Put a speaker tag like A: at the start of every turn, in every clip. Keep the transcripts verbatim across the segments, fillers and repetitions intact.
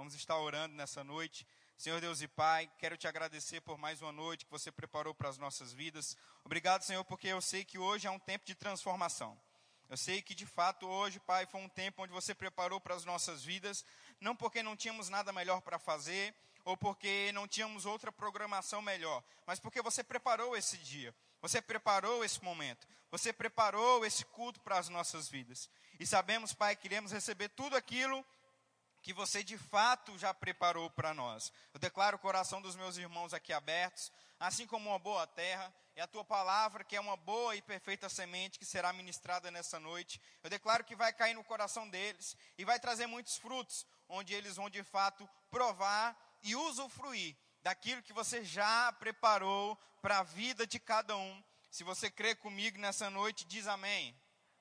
A: Vamos estar orando nessa noite. Senhor Deus e Pai, quero te agradecer por mais uma noite que você preparou para as nossas vidas. Obrigado, Senhor, porque eu sei que hoje é um tempo de transformação. Eu sei que, de fato, hoje, Pai, foi um tempo onde você preparou para as nossas vidas, não porque não tínhamos nada melhor para fazer, ou porque não tínhamos outra programação melhor, mas porque você preparou esse dia, você preparou esse momento, você preparou esse culto para as nossas vidas. E sabemos, Pai, que iremos receber tudo aquilo que você de fato já preparou para nós. Eu declaro o coração dos meus irmãos aqui abertos, assim como uma boa terra, e a tua palavra, que é uma boa e perfeita semente, que será ministrada nessa noite. Eu declaro que vai cair no coração deles, e vai trazer muitos frutos, onde eles vão de fato provar e usufruir daquilo que você já preparou para a vida de cada um. Se você crê comigo nessa noite, diz amém.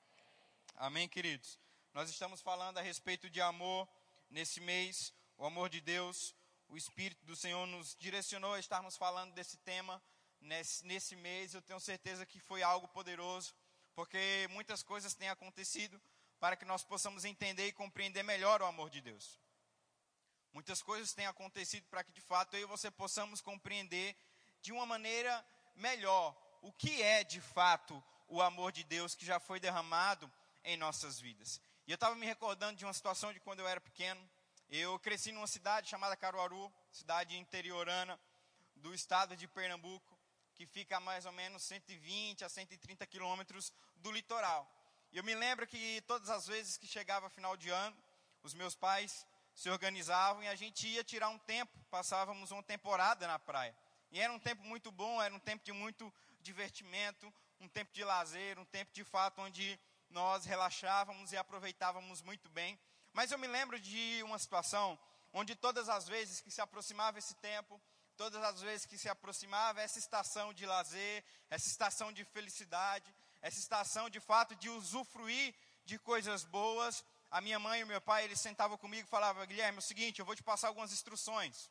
A: Amém, queridos. Nós estamos falando a respeito de amor. Nesse mês, o amor de Deus, o Espírito do Senhor nos direcionou a estarmos falando desse tema nesse, nesse mês. Eu tenho certeza que foi algo poderoso, porque muitas coisas têm acontecido para que nós possamos entender e compreender melhor o amor de Deus. Muitas coisas têm acontecido para que de fato eu e você possamos compreender de uma maneira melhor o que é de fato o amor de Deus que já foi derramado em nossas vidas. E eu estava me recordando de uma situação de quando eu era pequeno. Eu cresci numa cidade chamada Caruaru, cidade interiorana do estado de Pernambuco, que fica a mais ou menos cento e vinte a cento e trinta quilômetros do litoral. E eu me lembro que todas as vezes que chegava final de ano, os meus pais se organizavam e a gente ia tirar um tempo, passávamos uma temporada na praia. E era um tempo muito bom, era um tempo de muito divertimento, um tempo de lazer, um tempo de fato onde nós relaxávamos e aproveitávamos muito bem. Mas eu me lembro de uma situação onde todas as vezes que se aproximava esse tempo, todas as vezes que se aproximava essa estação de lazer, essa estação de felicidade, essa estação de fato de usufruir de coisas boas, a minha mãe e o meu pai, eles sentavam comigo e falavam: Guilherme, é o seguinte, eu vou te passar algumas instruções.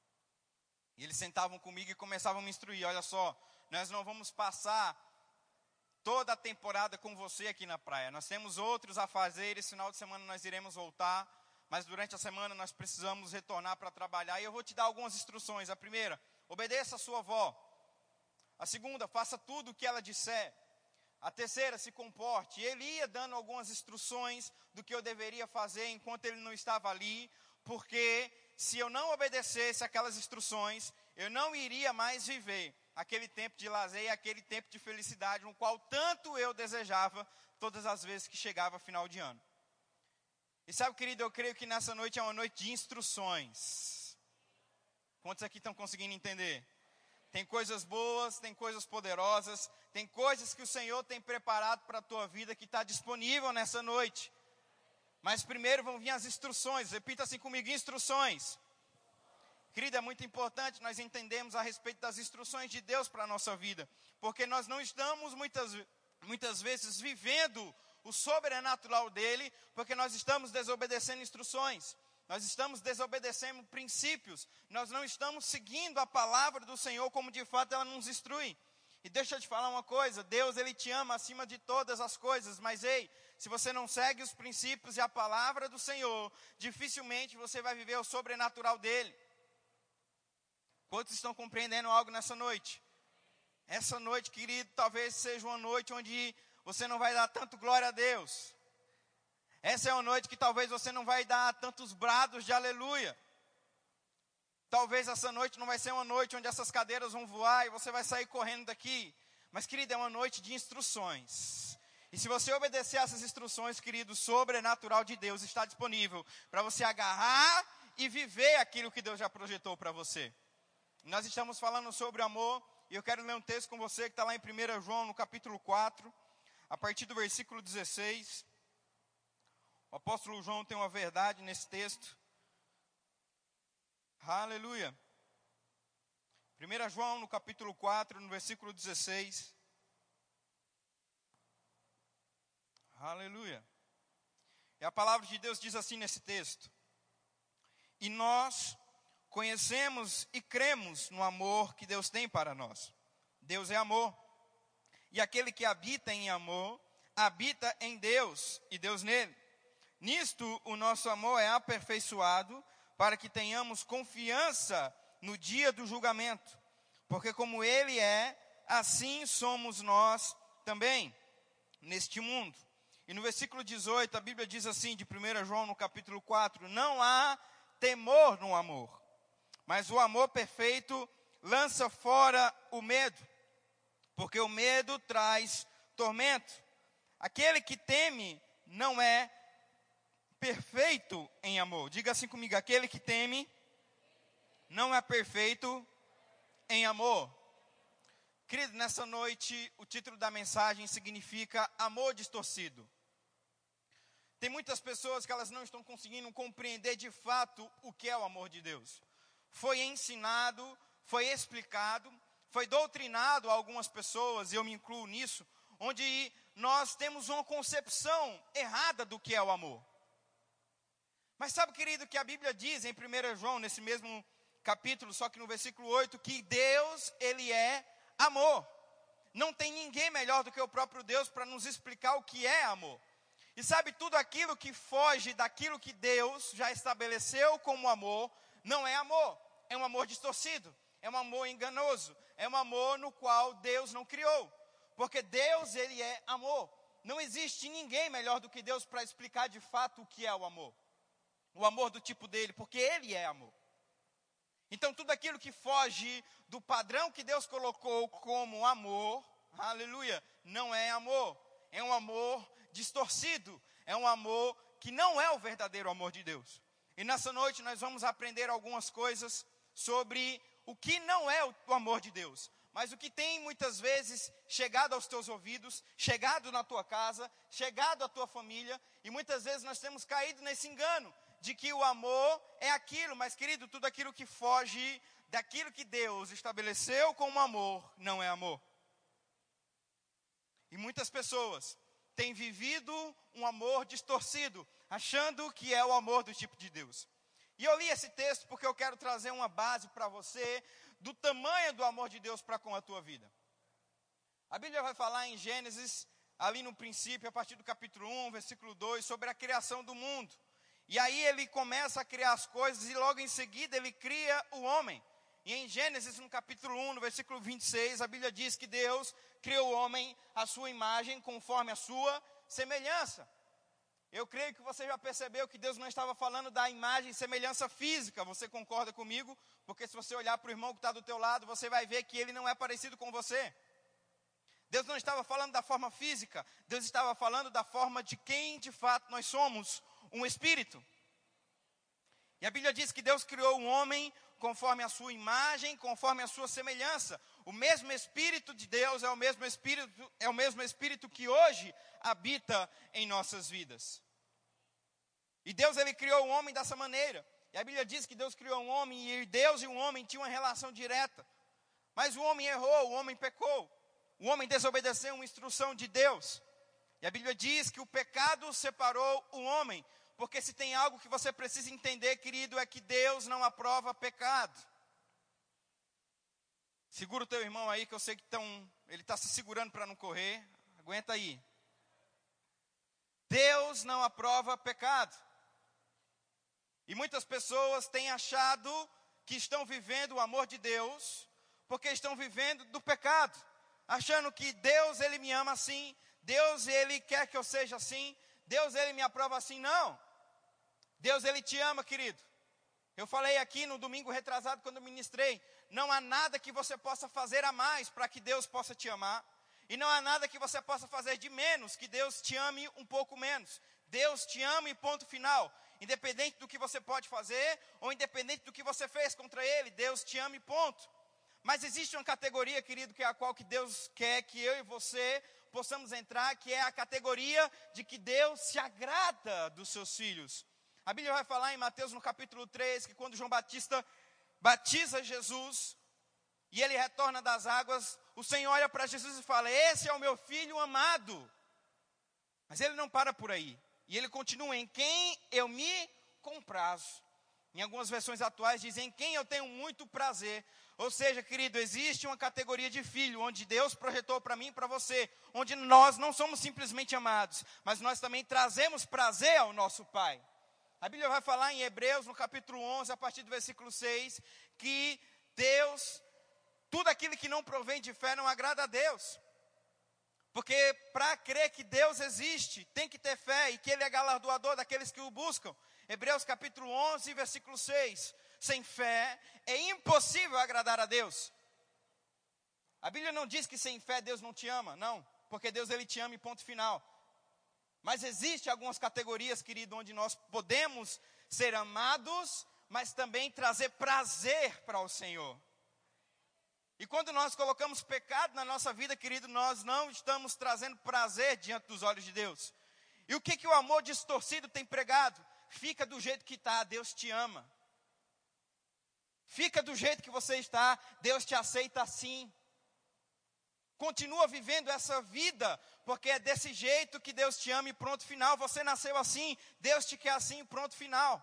A: E eles sentavam comigo e começavam a me instruir: olha só, nós não vamos passar toda a temporada com você aqui na praia. Nós temos outros a fazer, esse final de semana nós iremos voltar, mas durante a semana nós precisamos retornar para trabalhar. E eu vou te dar algumas instruções. A primeira, obedeça a sua avó. A segunda, faça tudo o que ela disser. A terceira, se comporte. E ele ia dando algumas instruções do que eu deveria fazer enquanto ele não estava ali, porque se eu não obedecesse aquelas instruções, eu não iria mais viver aquele tempo de lazer e aquele tempo de felicidade, no qual tanto eu desejava todas as vezes que chegava final de ano. E sabe, querido, eu creio que nessa noite é uma noite de instruções. Quantos aqui estão conseguindo entender? Tem coisas boas, tem coisas poderosas, tem coisas que o Senhor tem preparado para a tua vida que está disponível nessa noite. Mas primeiro vão vir as instruções. Repita assim comigo: instruções. Querido, é muito importante nós entendermos a respeito das instruções de Deus para a nossa vida, porque nós não estamos muitas, muitas vezes vivendo o sobrenatural dele, porque nós estamos desobedecendo instruções, nós estamos desobedecendo princípios, nós não estamos seguindo a palavra do Senhor como de fato ela nos instrui. E deixa eu te falar uma coisa: Deus, ele te ama acima de todas as coisas, mas ei, se você não segue os princípios e a palavra do Senhor, dificilmente você vai viver o sobrenatural dele. Quantos estão compreendendo algo nessa noite? Essa noite, querido, talvez seja uma noite onde você não vai dar tanto glória a Deus. Essa é uma noite que talvez você não vai dar tantos brados de aleluia. Talvez essa noite não vai ser uma noite onde essas cadeiras vão voar e você vai sair correndo daqui. Mas, querido, é uma noite de instruções. E se você obedecer essas instruções, querido, o sobrenatural de Deus está disponível para você agarrar e viver aquilo que Deus já projetou para você. Nós estamos falando sobre amor, e eu quero ler um texto com você que está lá em primeiro João, no capítulo quatro, a partir do versículo dezesseis. O apóstolo João tem uma verdade nesse texto. Aleluia. primeiro João, no capítulo quatro, no versículo dezesseis. Aleluia. E a palavra de Deus diz assim nesse texto: e nós conhecemos e cremos no amor que Deus tem para nós. Deus é amor. E aquele que habita em amor, habita em Deus e Deus nele. Nisto o nosso amor é aperfeiçoado para que tenhamos confiança no dia do julgamento. Porque como Ele é, assim somos nós também, neste mundo. E no versículo dezoito, a Bíblia diz assim, de primeiro João, no capítulo quatro, não há temor no amor, mas o amor perfeito lança fora o medo, porque o medo traz tormento. Aquele que teme não é perfeito em amor. Diga assim comigo, aquele que teme não é perfeito em amor. Querido, nessa noite, o título da mensagem significa amor distorcido. Tem muitas pessoas que elas não estão conseguindo compreender de fato o que é o amor de Deus. Foi ensinado, foi explicado, foi doutrinado a algumas pessoas, e eu me incluo nisso, onde nós temos uma concepção errada do que é o amor. Mas sabe, querido, que a Bíblia diz em primeiro João, nesse mesmo capítulo, só que no versículo oito, que Deus, Ele é amor. Não tem ninguém melhor do que o próprio Deus para nos explicar o que é amor. E sabe, tudo aquilo que foge daquilo que Deus já estabeleceu como amor, não é amor. É um amor distorcido, é um amor enganoso, é um amor no qual Deus não criou. Porque Deus, Ele é amor. Não existe ninguém melhor do que Deus para explicar de fato o que é o amor. O amor do tipo dele, porque Ele é amor. Então tudo aquilo que foge do padrão que Deus colocou como amor, aleluia, não é amor. É um amor distorcido, é um amor que não é o verdadeiro amor de Deus. E nessa noite nós vamos aprender algumas coisas sobre o que não é o amor de Deus. Mas o que tem muitas vezes chegado aos teus ouvidos, chegado na tua casa, chegado à tua família, e muitas vezes nós temos caído nesse engano, de que o amor é aquilo, mas querido, tudo aquilo que foge daquilo que Deus estabeleceu como amor, não é amor. E muitas pessoas têm vivido um amor distorcido, achando que é o amor do tipo de Deus. E eu li esse texto porque eu quero trazer uma base para você, do tamanho do amor de Deus para com a tua vida. A Bíblia vai falar em Gênesis, ali no princípio, a partir do capítulo um, versículo dois, sobre a criação do mundo. E aí ele começa a criar as coisas e logo em seguida ele cria o homem. E em Gênesis, no capítulo um, no versículo vinte e seis, a Bíblia diz que Deus criou o homem à sua imagem, conforme a sua semelhança. Eu creio que você já percebeu que Deus não estava falando da imagem e semelhança física. Você concorda comigo? Porque se você olhar para o irmão que está do teu lado, você vai ver que ele não é parecido com você. Deus não estava falando da forma física. Deus estava falando da forma de quem de fato nós somos. Um espírito. E a Bíblia diz que Deus criou um homem conforme a sua imagem, conforme a sua semelhança. O mesmo Espírito de Deus é o mesmo Espírito, é o mesmo Espírito que hoje habita em nossas vidas. E Deus, Ele criou o homem dessa maneira. E a Bíblia diz que Deus criou um homem e Deus e o homem tinham uma relação direta. Mas o homem errou, o homem pecou. O homem desobedeceu uma instrução de Deus. E a Bíblia diz que o pecado separou o homem. Porque se tem algo que você precisa entender, querido, é que Deus não aprova pecado. Segura o teu irmão aí, que eu sei que tão, ele está se segurando para não correr. Aguenta aí. Deus não aprova pecado. E muitas pessoas têm achado que estão vivendo o amor de Deus, porque estão vivendo do pecado. Achando que Deus, Ele me ama assim. Deus, Ele quer que eu seja assim. Deus, Ele me aprova assim. Não. Deus, Ele te ama, querido. Eu falei aqui no domingo retrasado, quando eu ministrei, não há nada que você possa fazer a mais para que Deus possa te amar. E não há nada que você possa fazer de menos, que Deus te ame um pouco menos. Deus te ama e ponto final. Independente do que você pode fazer, ou independente do que você fez contra Ele, Deus te ama e ponto. Mas existe uma categoria, querido, que é a qual que Deus quer que eu e você possamos entrar, que é a categoria de que Deus se agrada dos seus filhos. A Bíblia vai falar em Mateus no capítulo três, que quando João Batista batiza Jesus, e ele retorna das águas, o Senhor olha para Jesus e fala, esse é o meu filho amado. Mas ele não para por aí. E ele continua, em quem eu me comprazo. Em algumas versões atuais dizem, em quem eu tenho muito prazer. Ou seja, querido, existe uma categoria de filho, onde Deus projetou para mim e para você, onde nós não somos simplesmente amados, mas nós também trazemos prazer ao nosso Pai. A Bíblia vai falar em Hebreus, no capítulo onze, a partir do versículo seis, que Deus, tudo aquilo que não provém de fé não agrada a Deus. Porque para crer que Deus existe, tem que ter fé e que Ele é galardoador daqueles que o buscam. Hebreus capítulo onze, versículo seis. Sem fé é impossível agradar a Deus. A Bíblia não diz que sem fé Deus não te ama, não. Porque Deus Ele te ama e ponto final. Mas existem algumas categorias, querido, onde nós podemos ser amados, mas também trazer prazer para o Senhor. E quando nós colocamos pecado na nossa vida, querido, nós não estamos trazendo prazer diante dos olhos de Deus. E o que, que o amor distorcido tem pregado? Fica do jeito que está, Deus te ama. Fica do jeito que você está, Deus te aceita assim. Continua vivendo essa vida, porque é desse jeito que Deus te ama e pronto, final. Você nasceu assim, Deus te quer assim, pronto, final.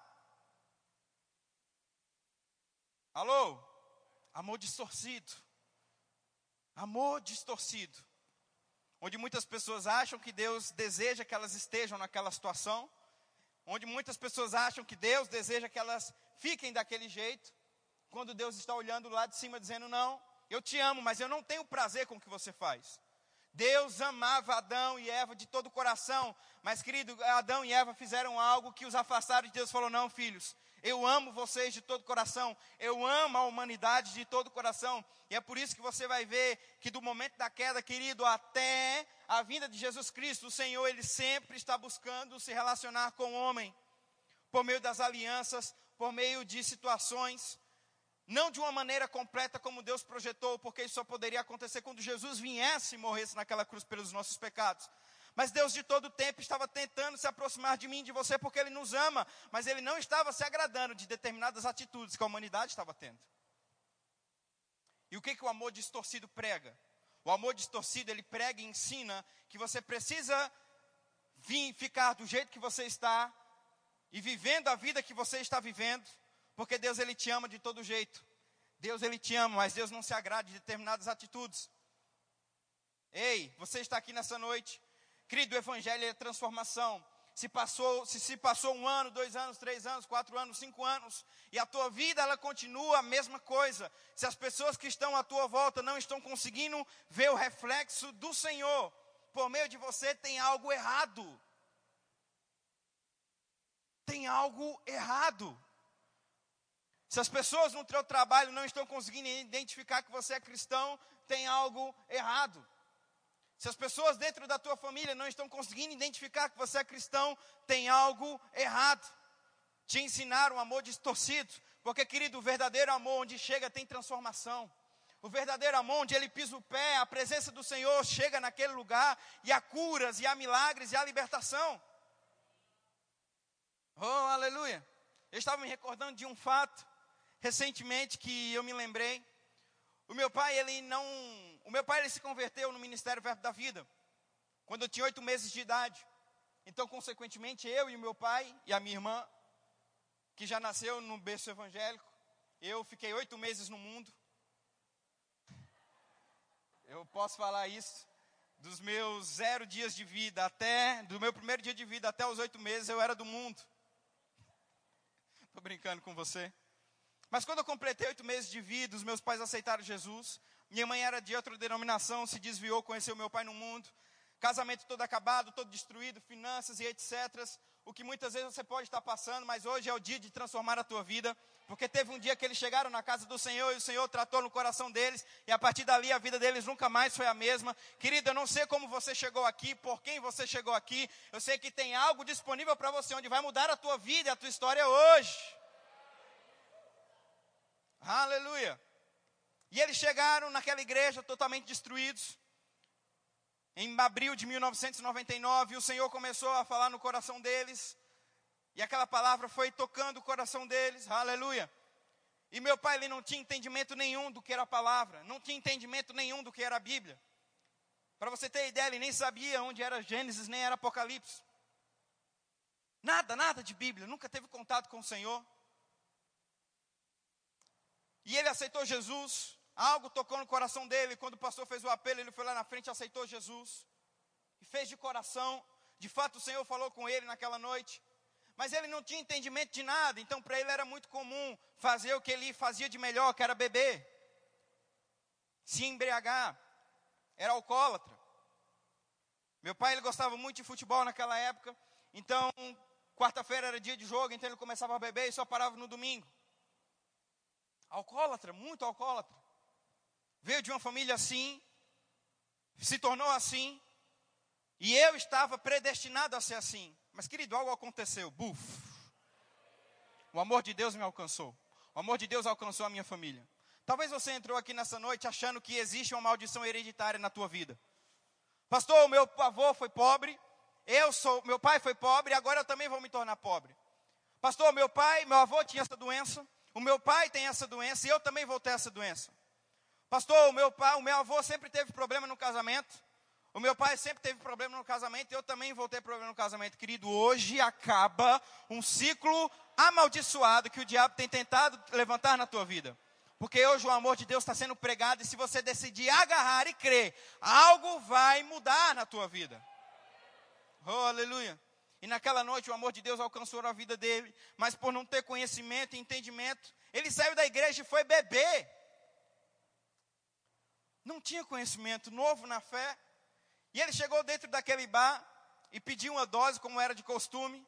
A: Alô? Amor distorcido. Amor distorcido. Onde muitas pessoas acham que Deus deseja que elas estejam naquela situação. Onde muitas pessoas acham que Deus deseja que elas fiquem daquele jeito. Quando Deus está olhando lá de cima dizendo, não, eu te amo, mas eu não tenho prazer com o que você faz. Deus amava Adão e Eva de todo o coração. Mas, querido, Adão e Eva fizeram algo que os afastaram de Deus. Falou, não, filhos, eu amo vocês de todo o coração. Eu amo a humanidade de todo o coração. E é por isso que você vai ver que do momento da queda, querido, até a vinda de Jesus Cristo, o Senhor, Ele sempre está buscando se relacionar com o homem. Por meio das alianças, por meio de situações. Não de uma maneira completa como Deus projetou, porque isso só poderia acontecer quando Jesus viesse e morresse naquela cruz pelos nossos pecados. Mas Deus de todo o tempo estava tentando se aproximar de mim e de você, porque Ele nos ama. Mas Ele não estava se agradando de determinadas atitudes que a humanidade estava tendo. E o que, que o amor distorcido prega? O amor distorcido, ele prega e ensina que você precisa vir, ficar do jeito que você está, e vivendo a vida que você está vivendo, porque Deus, Ele te ama de todo jeito. Deus, Ele te ama, mas Deus não se agrada de determinadas atitudes. Ei, você está aqui nessa noite. Querido, o Evangelho é transformação. Se passou, se se passou um ano, dois anos, três anos, quatro anos, cinco anos, e a tua vida, ela continua a mesma coisa. Se as pessoas que estão à tua volta não estão conseguindo ver o reflexo do Senhor, por meio de você, tem algo errado. Tem algo errado. Se as pessoas no teu trabalho não estão conseguindo identificar que você é cristão, tem algo errado. Se as pessoas dentro da tua família não estão conseguindo identificar que você é cristão, tem algo errado. Te ensinaram um amor distorcido. Porque, querido, o verdadeiro amor onde chega tem transformação. O verdadeiro amor onde ele pisa o pé, a presença do Senhor chega naquele lugar, e há curas, e há milagres, e há libertação. Oh, aleluia. Eu estava me recordando de um fato recentemente que eu me lembrei. O meu pai, ele não, o meu pai ele se converteu no Ministério Verbo da Vida quando eu tinha oito meses de idade. Então, consequentemente, eu e o meu pai e a minha irmã, que já nasceu no berço evangélico, eu fiquei oito meses no mundo. Eu posso falar isso. Dos meus zero dias de vida até, do meu primeiro dia de vida até os oito meses, eu era do mundo. Estou brincando com você. Mas quando eu completei oito meses de vida, os meus pais aceitaram Jesus. Minha mãe era de outra denominação, se desviou, conheceu meu pai no mundo. Casamento todo acabado, todo destruído, finanças e etcétera. O que muitas vezes você pode estar passando, mas hoje é o dia de transformar a tua vida. Porque teve um dia que eles chegaram na casa do Senhor e o Senhor tratou no coração deles. E a partir dali a vida deles nunca mais foi a mesma. Querido, eu não sei como você chegou aqui, por quem você chegou aqui. Eu sei que tem algo disponível para você, onde vai mudar a tua vida e a tua história hoje. Aleluia. E eles chegaram naquela igreja totalmente destruídos. Em abril de mil novecentos e noventa e nove, o Senhor começou a falar no coração deles. E aquela palavra foi tocando o coração deles. Aleluia. E meu pai, ele não tinha entendimento nenhum do que era a palavra. Não tinha entendimento nenhum do que era a Bíblia. Para você ter ideia, ele nem sabia onde era Gênesis, nem era Apocalipse. Nada, nada de Bíblia. Nunca teve contato com o Senhor. E ele aceitou Jesus. Algo tocou no coração dele. Quando o pastor fez o apelo, ele foi lá na frente e aceitou Jesus. E fez de coração. De fato, o Senhor falou com ele naquela noite. Mas ele não tinha entendimento de nada, então para ele era muito comum fazer o que ele fazia de melhor, que era beber, se embriagar, era alcoólatra. Meu pai, ele gostava muito de futebol naquela época, então quarta-feira era dia de jogo, então ele começava a beber e só parava no domingo. Alcoólatra, muito alcoólatra. Veio de uma família assim, se tornou assim, e eu estava predestinado a ser assim. Mas querido, algo aconteceu, buf. O amor de Deus me alcançou. O amor de Deus alcançou a minha família. Talvez você entrou aqui nessa noite achando que existe uma maldição hereditária na tua vida. Pastor, o meu avô foi pobre, eu sou, meu pai foi pobre, agora eu também vou me tornar pobre. Pastor, meu pai, meu avô tinha essa doença, o meu pai tem essa doença e eu também vou ter essa doença. Pastor, o meu pai, o meu avô sempre teve problema no casamento, o meu pai sempre teve problema no casamento e eu também vou ter problema no casamento. Querido, hoje acaba um ciclo amaldiçoado que o diabo tem tentado levantar na tua vida. Porque hoje o amor de Deus está sendo pregado e se você decidir agarrar e crer, algo vai mudar na tua vida. Oh, aleluia. E naquela noite o amor de Deus alcançou a vida dele, mas por não ter conhecimento e entendimento, ele saiu da igreja e foi beber. Não tinha conhecimento, novo na fé. E ele chegou dentro daquele bar e pediu uma dose, como era de costume.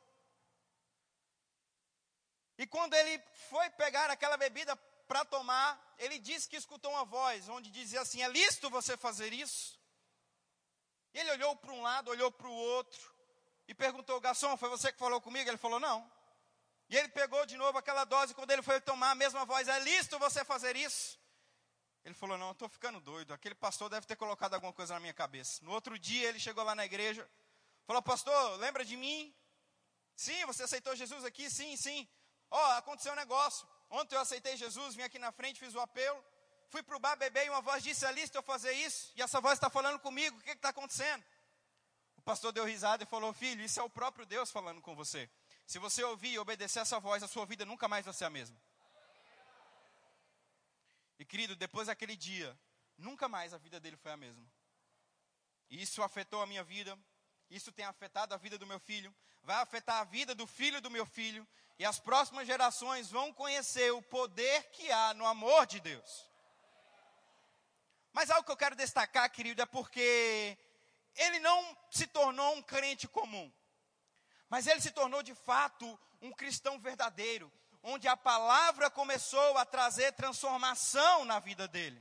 A: E quando ele foi pegar aquela bebida para tomar, ele disse que escutou uma voz, onde dizia assim, é lícito você fazer isso? E ele olhou para um lado, olhou para o outro, e perguntou, garçom, foi você que falou comigo? Ele falou, não. E ele pegou de novo aquela dose, quando ele foi tomar, a mesma voz, é lícito você fazer isso? Ele falou, não, eu estou ficando doido, aquele pastor deve ter colocado alguma coisa na minha cabeça. No outro dia, ele chegou lá na igreja, falou, pastor, lembra de mim? Sim, você aceitou Jesus aqui? Sim, sim. Ó, oh, aconteceu um negócio. Ontem eu aceitei Jesus, vim aqui na frente, fiz o apelo, fui para o bar beber e uma voz disse, é lícito eu fazer isso? E essa voz está falando comigo, o que está acontecendo? O pastor deu risada e falou, filho, isso é o próprio Deus falando com você. Se você ouvir e obedecer essa voz, a sua vida nunca mais vai ser a mesma. E querido, depois daquele dia, nunca mais a vida dele foi a mesma. E isso afetou a minha vida, isso tem afetado a vida do meu filho, vai afetar a vida do filho do meu filho, e as próximas gerações vão conhecer o poder que há no amor de Deus. Mas algo que eu quero destacar, querido, é porque ele não se tornou um crente comum, mas ele se tornou de fato um cristão verdadeiro, onde a palavra começou a trazer transformação na vida dele.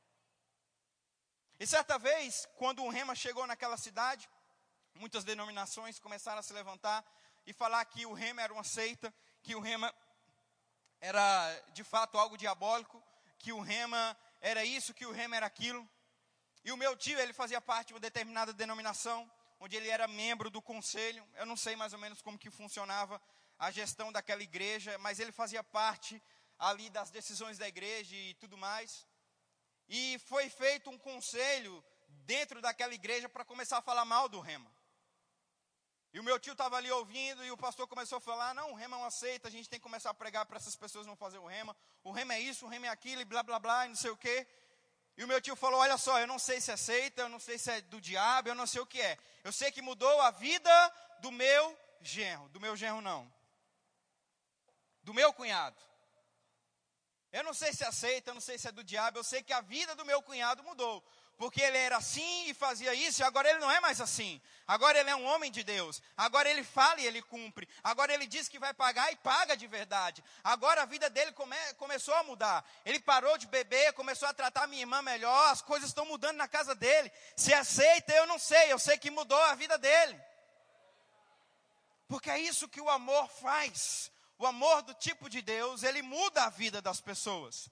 A: E certa vez, quando o Rema chegou naquela cidade, muitas denominações começaram a se levantar e falar que o Rema era uma seita, que o Rema era de fato algo diabólico, que o Rema era isso, que o Rema era aquilo. E o meu tio, ele fazia parte de uma determinada denominação, onde ele era membro do conselho. Eu não sei mais ou menos como que funcionava a gestão daquela igreja, mas ele fazia parte ali das decisões da igreja e tudo mais. E foi feito um conselho dentro daquela igreja para começar a falar mal do Rema. E o meu tio estava ali ouvindo e o pastor começou a falar, não, o Rema é uma seita, a gente tem que começar a pregar para essas pessoas não fazer o Rema. O Rema é isso, o Rema é aquilo, e blá, blá, blá, e não sei o quê. E o meu tio falou, olha só, eu não sei se é seita, eu não sei se é do diabo, eu não sei o que é. Eu sei que mudou a vida do meu genro, do meu genro não. Do meu cunhado. Eu não sei se aceita, eu não sei se é do diabo, eu sei que a vida do meu cunhado mudou. Porque ele era assim e fazia isso, e agora ele não é mais assim. Agora ele é um homem de Deus. Agora ele fala e ele cumpre. Agora ele diz que vai pagar e paga de verdade. Agora a vida dele come, começou a mudar. Ele parou de beber, começou a tratar minha irmã melhor, as coisas estão mudando na casa dele. Se aceita, eu não sei, eu sei que mudou a vida dele. Porque é isso que o amor faz. O amor do tipo de Deus, ele muda a vida das pessoas.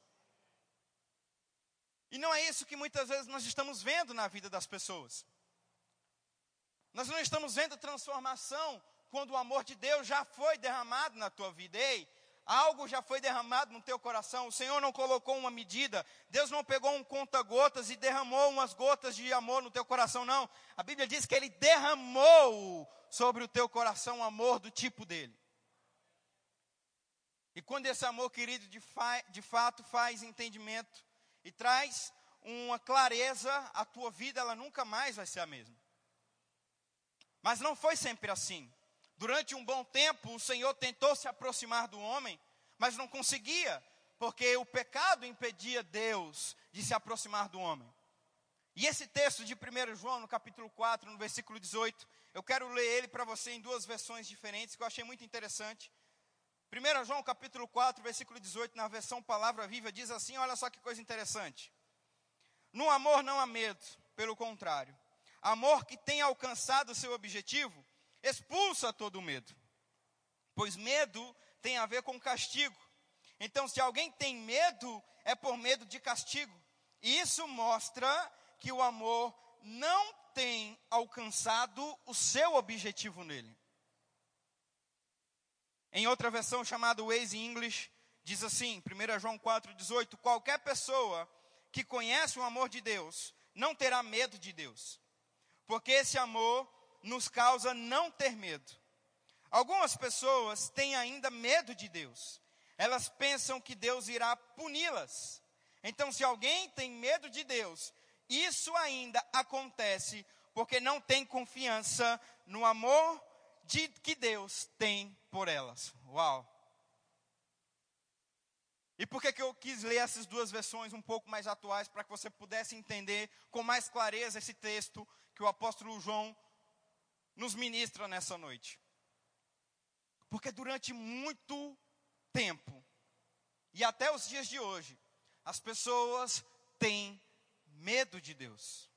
A: E não é isso que muitas vezes nós estamos vendo na vida das pessoas. Nós não estamos vendo transformação quando o amor de Deus já foi derramado na tua vida. Ei, algo já foi derramado no teu coração. O Senhor não colocou uma medida. Deus não pegou um conta-gotas e derramou umas gotas de amor no teu coração, não. A Bíblia diz que Ele derramou sobre o teu coração o amor do tipo dele. E quando esse amor, querido, de, fa- de fato faz entendimento e traz uma clareza, a tua vida ela nunca mais vai ser a mesma. Mas não foi sempre assim. Durante um bom tempo, o Senhor tentou se aproximar do homem, mas não conseguia, porque o pecado impedia Deus de se aproximar do homem. E esse texto de primeiro João, no capítulo quatro, no versículo dezoito, eu quero ler ele para você em duas versões diferentes, que eu achei muito interessante. primeiro João, capítulo quatro, versículo dezoito, na versão Palavra Viva, diz assim, olha só que coisa interessante. No amor não há medo, pelo contrário. Amor que tem alcançado o seu objetivo, expulsa todo o medo. Pois medo tem a ver com castigo. Então, se alguém tem medo, é por medo de castigo. E isso mostra que o amor não tem alcançado o seu objetivo nele. Em outra versão chamada Waze English, diz assim, primeiro João quatro, dezoito, qualquer pessoa que conhece o amor de Deus, não terá medo de Deus. Porque esse amor nos causa não ter medo. Algumas pessoas têm ainda medo de Deus. Elas pensam que Deus irá puni-las. Então, se alguém tem medo de Deus, isso ainda acontece porque não tem confiança no amor de, que Deus tem por elas. Uau! E por que, que eu quis ler essas duas versões um pouco mais atuais, para que você pudesse entender com mais clareza esse texto que o apóstolo João nos ministra nessa noite? Porque durante muito tempo, e até os dias de hoje, as pessoas têm medo de Deus.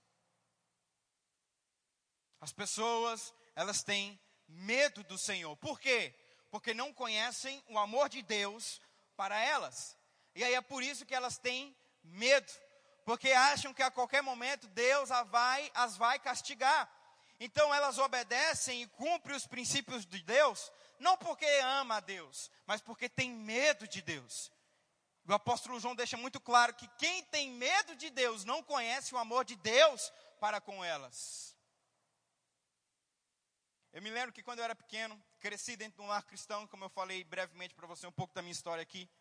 A: As pessoas, elas têm medo do Senhor. Por quê? Porque não conhecem o amor de Deus para elas. E aí é por isso que elas têm medo. Porque acham que a qualquer momento Deus as vai, as vai castigar. Então elas obedecem e cumprem os princípios de Deus, não porque ama a Deus, mas porque tem medo de Deus. O apóstolo João deixa muito claro que quem tem medo de Deus não conhece o amor de Deus para com elas. Eu me lembro que quando eu era pequeno, cresci dentro de um lar cristão, como eu falei brevemente para você um pouco da minha história aqui.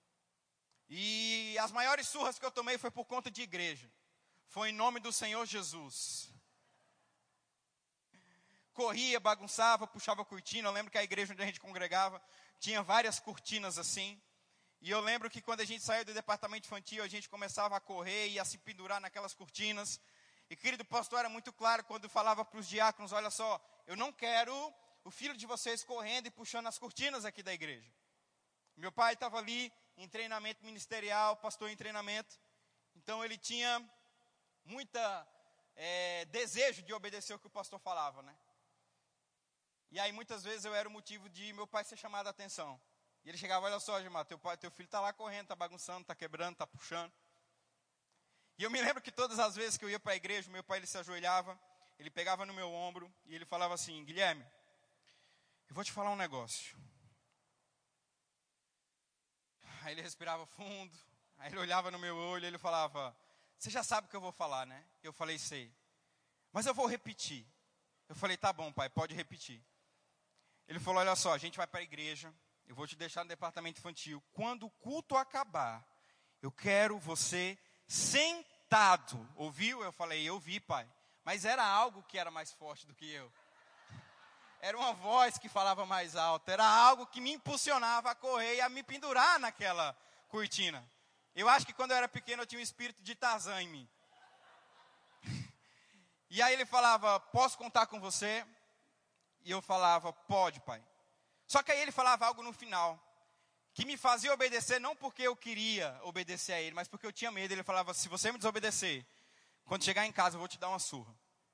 A: E as maiores surras que eu tomei foi por conta de igreja. Foi em nome do Senhor Jesus. Corria, bagunçava, puxava cortina. Eu lembro que a igreja onde a gente congregava tinha várias cortinas assim. E eu lembro que quando a gente saiu do departamento infantil, a gente começava a correr e a se pendurar naquelas cortinas. E querido pastor, era muito claro quando falava para os diáconos, olha só, eu não quero o filho de vocês correndo e puxando as cortinas aqui da igreja. Meu pai estava ali em treinamento ministerial, pastor em treinamento. Então ele tinha muita é, desejo de obedecer o que o pastor falava, né? E aí muitas vezes eu era o motivo de meu pai ser chamado a atenção. E ele chegava, olha só, Gilmar, teu, pai, teu filho está lá correndo, está bagunçando, está quebrando, está puxando. E eu me lembro que todas as vezes que eu ia para a igreja, meu pai ele se ajoelhava, ele pegava no meu ombro e ele falava assim, Guilherme, eu vou te falar um negócio. Aí ele respirava fundo, aí ele olhava no meu olho e ele falava, você já sabe o que eu vou falar, né? Eu falei, sei. Mas eu vou repetir. Eu falei, tá bom, pai, pode repetir. Ele falou, olha só, a gente vai para a igreja, eu vou te deixar no departamento infantil. Quando o culto acabar, eu quero você sentado. Ouviu? Eu falei, eu vi, pai. Mas era algo que era mais forte do que eu. Era uma voz que falava mais alto. Era algo que me impulsionava a correr e a me pendurar naquela cortina. Eu acho que quando eu era pequeno eu tinha um espírito de Tarzan em mim. E aí ele falava, posso contar com você? E eu falava, pode, pai. Só que aí ele falava algo no final, que me fazia obedecer, não porque eu queria obedecer a ele, mas porque eu tinha medo. Ele falava, se você me desobedecer, quando chegar em casa eu vou te dar uma surra.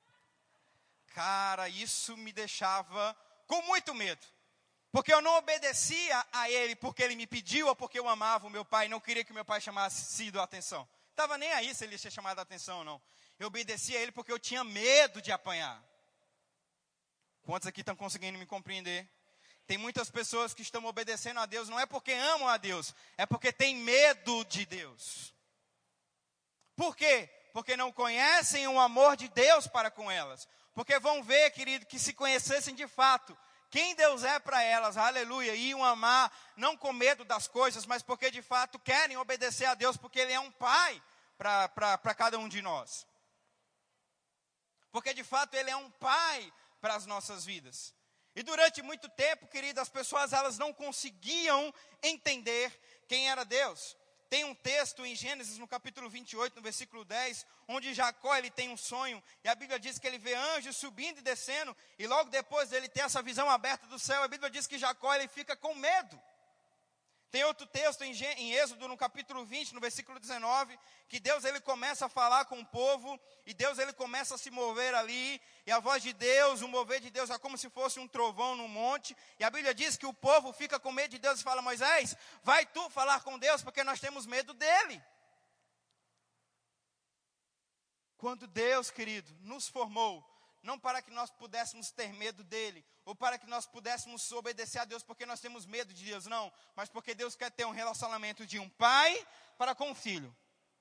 A: Cara, isso me deixava com muito medo. Porque eu não obedecia a ele porque ele me pediu ou porque eu amava o meu pai, não queria que meu pai chamasse sido a atenção. Estava nem aí se ele tinha chamado a atenção ou não. Eu obedecia a ele porque eu tinha medo de apanhar. Quantos aqui estão conseguindo me compreender? Tem muitas pessoas que estão obedecendo a Deus, não é porque amam a Deus, é porque têm medo de Deus. Por quê? Porque não conhecem o amor de Deus para com elas. Porque vão ver, querido, que se conhecessem de fato quem Deus é para elas, aleluia, e iam amar, não com medo das coisas, mas porque de fato querem obedecer a Deus, porque Ele é um Pai para cada um de nós. Porque de fato Ele é um Pai para as nossas vidas. E durante muito tempo, querido, as pessoas elas não conseguiam entender quem era Deus. Tem um texto em Gênesis, no capítulo vinte e oito, no versículo dez, onde Jacó ele tem um sonho, e a Bíblia diz que ele vê anjos subindo e descendo, e logo depois dele ter essa visão aberta do céu, a Bíblia diz que Jacó ele fica com medo. Tem outro texto em, em Êxodo, no capítulo vinte, no versículo dezenove, que Deus ele começa a falar com o povo, e Deus ele começa a se mover ali, e a voz de Deus, o mover de Deus é como se fosse um trovão no monte, e a Bíblia diz que o povo fica com medo de Deus e fala: Moisés, vai tu falar com Deus, porque nós temos medo dele. Quando Deus, querido, nos formou, não para que nós pudéssemos ter medo dele, ou para que nós pudéssemos obedecer a Deus porque nós temos medo de Deus, não. Mas porque Deus quer ter um relacionamento de um pai para com o filho.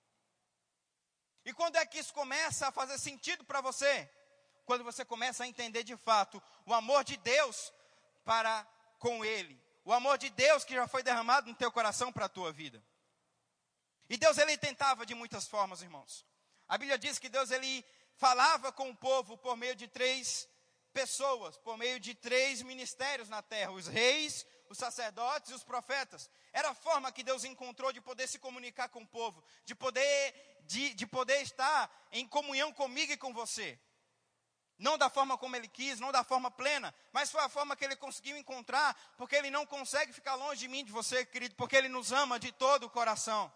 A: E quando é que isso começa a fazer sentido para você? Quando você começa a entender de fato o amor de Deus para com ele. O amor de Deus que já foi derramado no teu coração para a tua vida. E Deus ele tentava de muitas formas, irmãos. A Bíblia diz que Deus ele falava com o povo por meio de três pessoas, por meio de três ministérios na terra: os reis, os sacerdotes e os profetas. Era a forma que Deus encontrou de poder se comunicar com o povo, de poder, de, de poder estar em comunhão comigo e com você. Não da forma como ele quis, não da forma plena, mas foi a forma que ele conseguiu encontrar, porque ele não consegue ficar longe de mim, de você, querido, porque ele nos ama de todo o coração.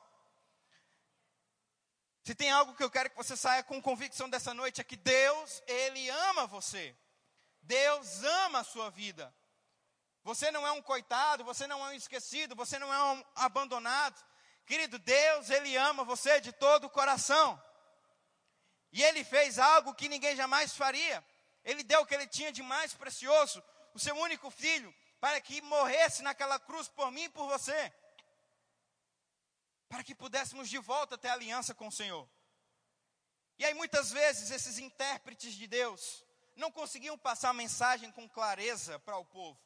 A: Se tem algo que eu quero que você saia com convicção dessa noite, é que Deus, ele ama você. Deus ama a sua vida. Você não é um coitado, você não é um esquecido, você não é um abandonado. Querido, Deus, ele ama você de todo o coração. E ele fez algo que ninguém jamais faria. Ele deu o que ele tinha de mais precioso, o seu único filho, para que morresse naquela cruz por mim e por você. Para que pudéssemos de volta ter aliança com o Senhor. E aí muitas vezes esses intérpretes de Deus não conseguiam passar a mensagem com clareza para o povo.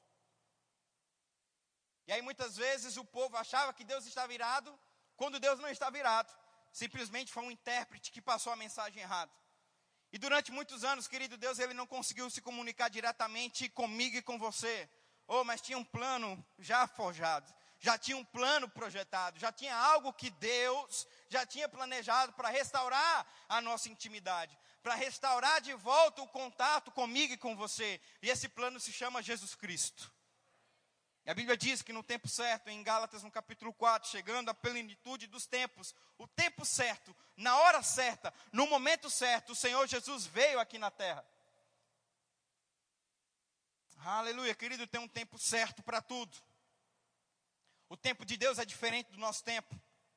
A: E aí muitas vezes o povo achava que Deus estava irado, quando Deus não estava irado. Simplesmente foi um intérprete que passou a mensagem errada. E durante muitos anos, querido Deus, ele não conseguiu se comunicar diretamente comigo e com você. Oh, mas tinha um plano já forjado. Já tinha um plano projetado, já tinha algo que Deus já tinha planejado para restaurar a nossa intimidade, para restaurar de volta o contato comigo e com você. E esse plano se chama Jesus Cristo. E a Bíblia diz que no tempo certo, em Gálatas no capítulo quatro, chegando à plenitude dos tempos, o tempo certo, na hora certa, no momento certo, o Senhor Jesus veio aqui na terra. Aleluia, querido, tem um tempo certo para tudo. O tempo de Deus é diferente do nosso tempo.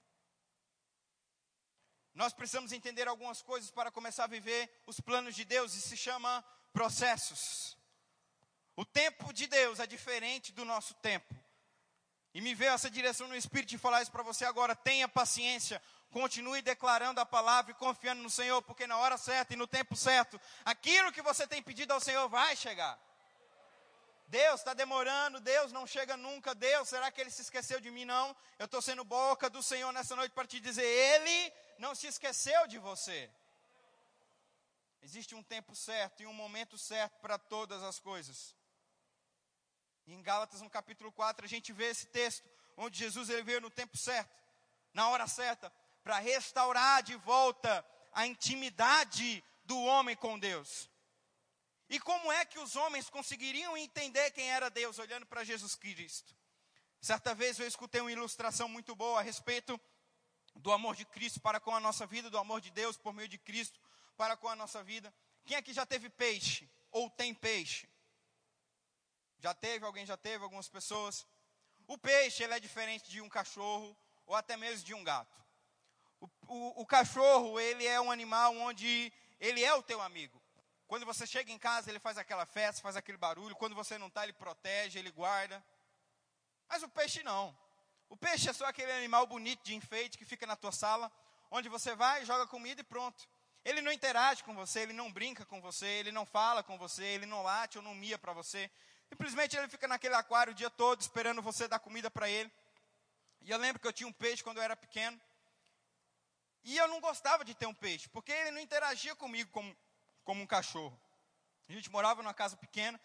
A: Nós precisamos entender algumas coisas para começar a viver os planos de Deus, e se chama processos. O tempo de Deus é diferente do nosso tempo. E me veio essa direção no Espírito de falar isso para você agora. Tenha paciência, continue declarando a palavra e confiando no Senhor, porque na hora certa e no tempo certo, aquilo que você tem pedido ao Senhor vai chegar. Deus está demorando, Deus não chega nunca. Deus, será que Ele se esqueceu de mim? Não, eu estou sendo boca do Senhor nessa noite para te dizer, Ele não se esqueceu de você. Existe um tempo certo e um momento certo para todas as coisas. E em Gálatas no capítulo quatro a gente vê esse texto, onde Jesus ele veio no tempo certo, na hora certa, para restaurar de volta a intimidade do homem com Deus. E como é que os homens conseguiriam entender quem era Deus, olhando para Jesus Cristo? Certa vez eu escutei uma ilustração muito boa a respeito do amor de Cristo para com a nossa vida, do amor de Deus por meio de Cristo para com a nossa vida. Quem aqui já teve peixe, ou tem peixe? Já teve, alguém já teve, algumas pessoas. O peixe, ele é diferente de um cachorro, ou até mesmo de um gato. O, o, o cachorro, ele é um animal onde ele é o teu amigo. Quando você chega em casa, ele faz aquela festa, faz aquele barulho. Quando você não está, ele protege, ele guarda. Mas o peixe não. O peixe é só aquele animal bonito de enfeite que fica na tua sala, onde você vai, joga comida e pronto. Ele não interage com você, ele não brinca com você, ele não fala com você, ele não late ou não mia para você. Simplesmente ele fica naquele aquário o dia todo, esperando você dar comida para ele. E eu lembro que eu tinha um peixe quando eu era pequeno. E eu não gostava de ter um peixe, porque ele não interagia comigo como... como um cachorro. A gente morava numa casa pequena,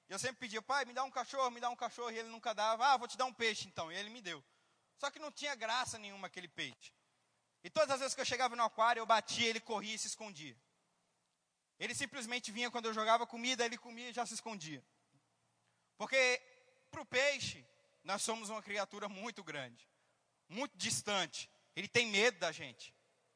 A: E eu sempre pedia, pai, me dá um cachorro, me dá um cachorro. E ele nunca dava. Ah, vou te dar um peixe então. E ele me deu. Só que não tinha graça nenhuma aquele peixe. E todas as vezes que eu chegava no aquário, eu batia, ele corria e se escondia. Ele simplesmente vinha quando eu jogava comida, ele comia e já se escondia. Porque para o peixe, nós somos uma criatura muito grande, muito distante. Ele tem medo da gente.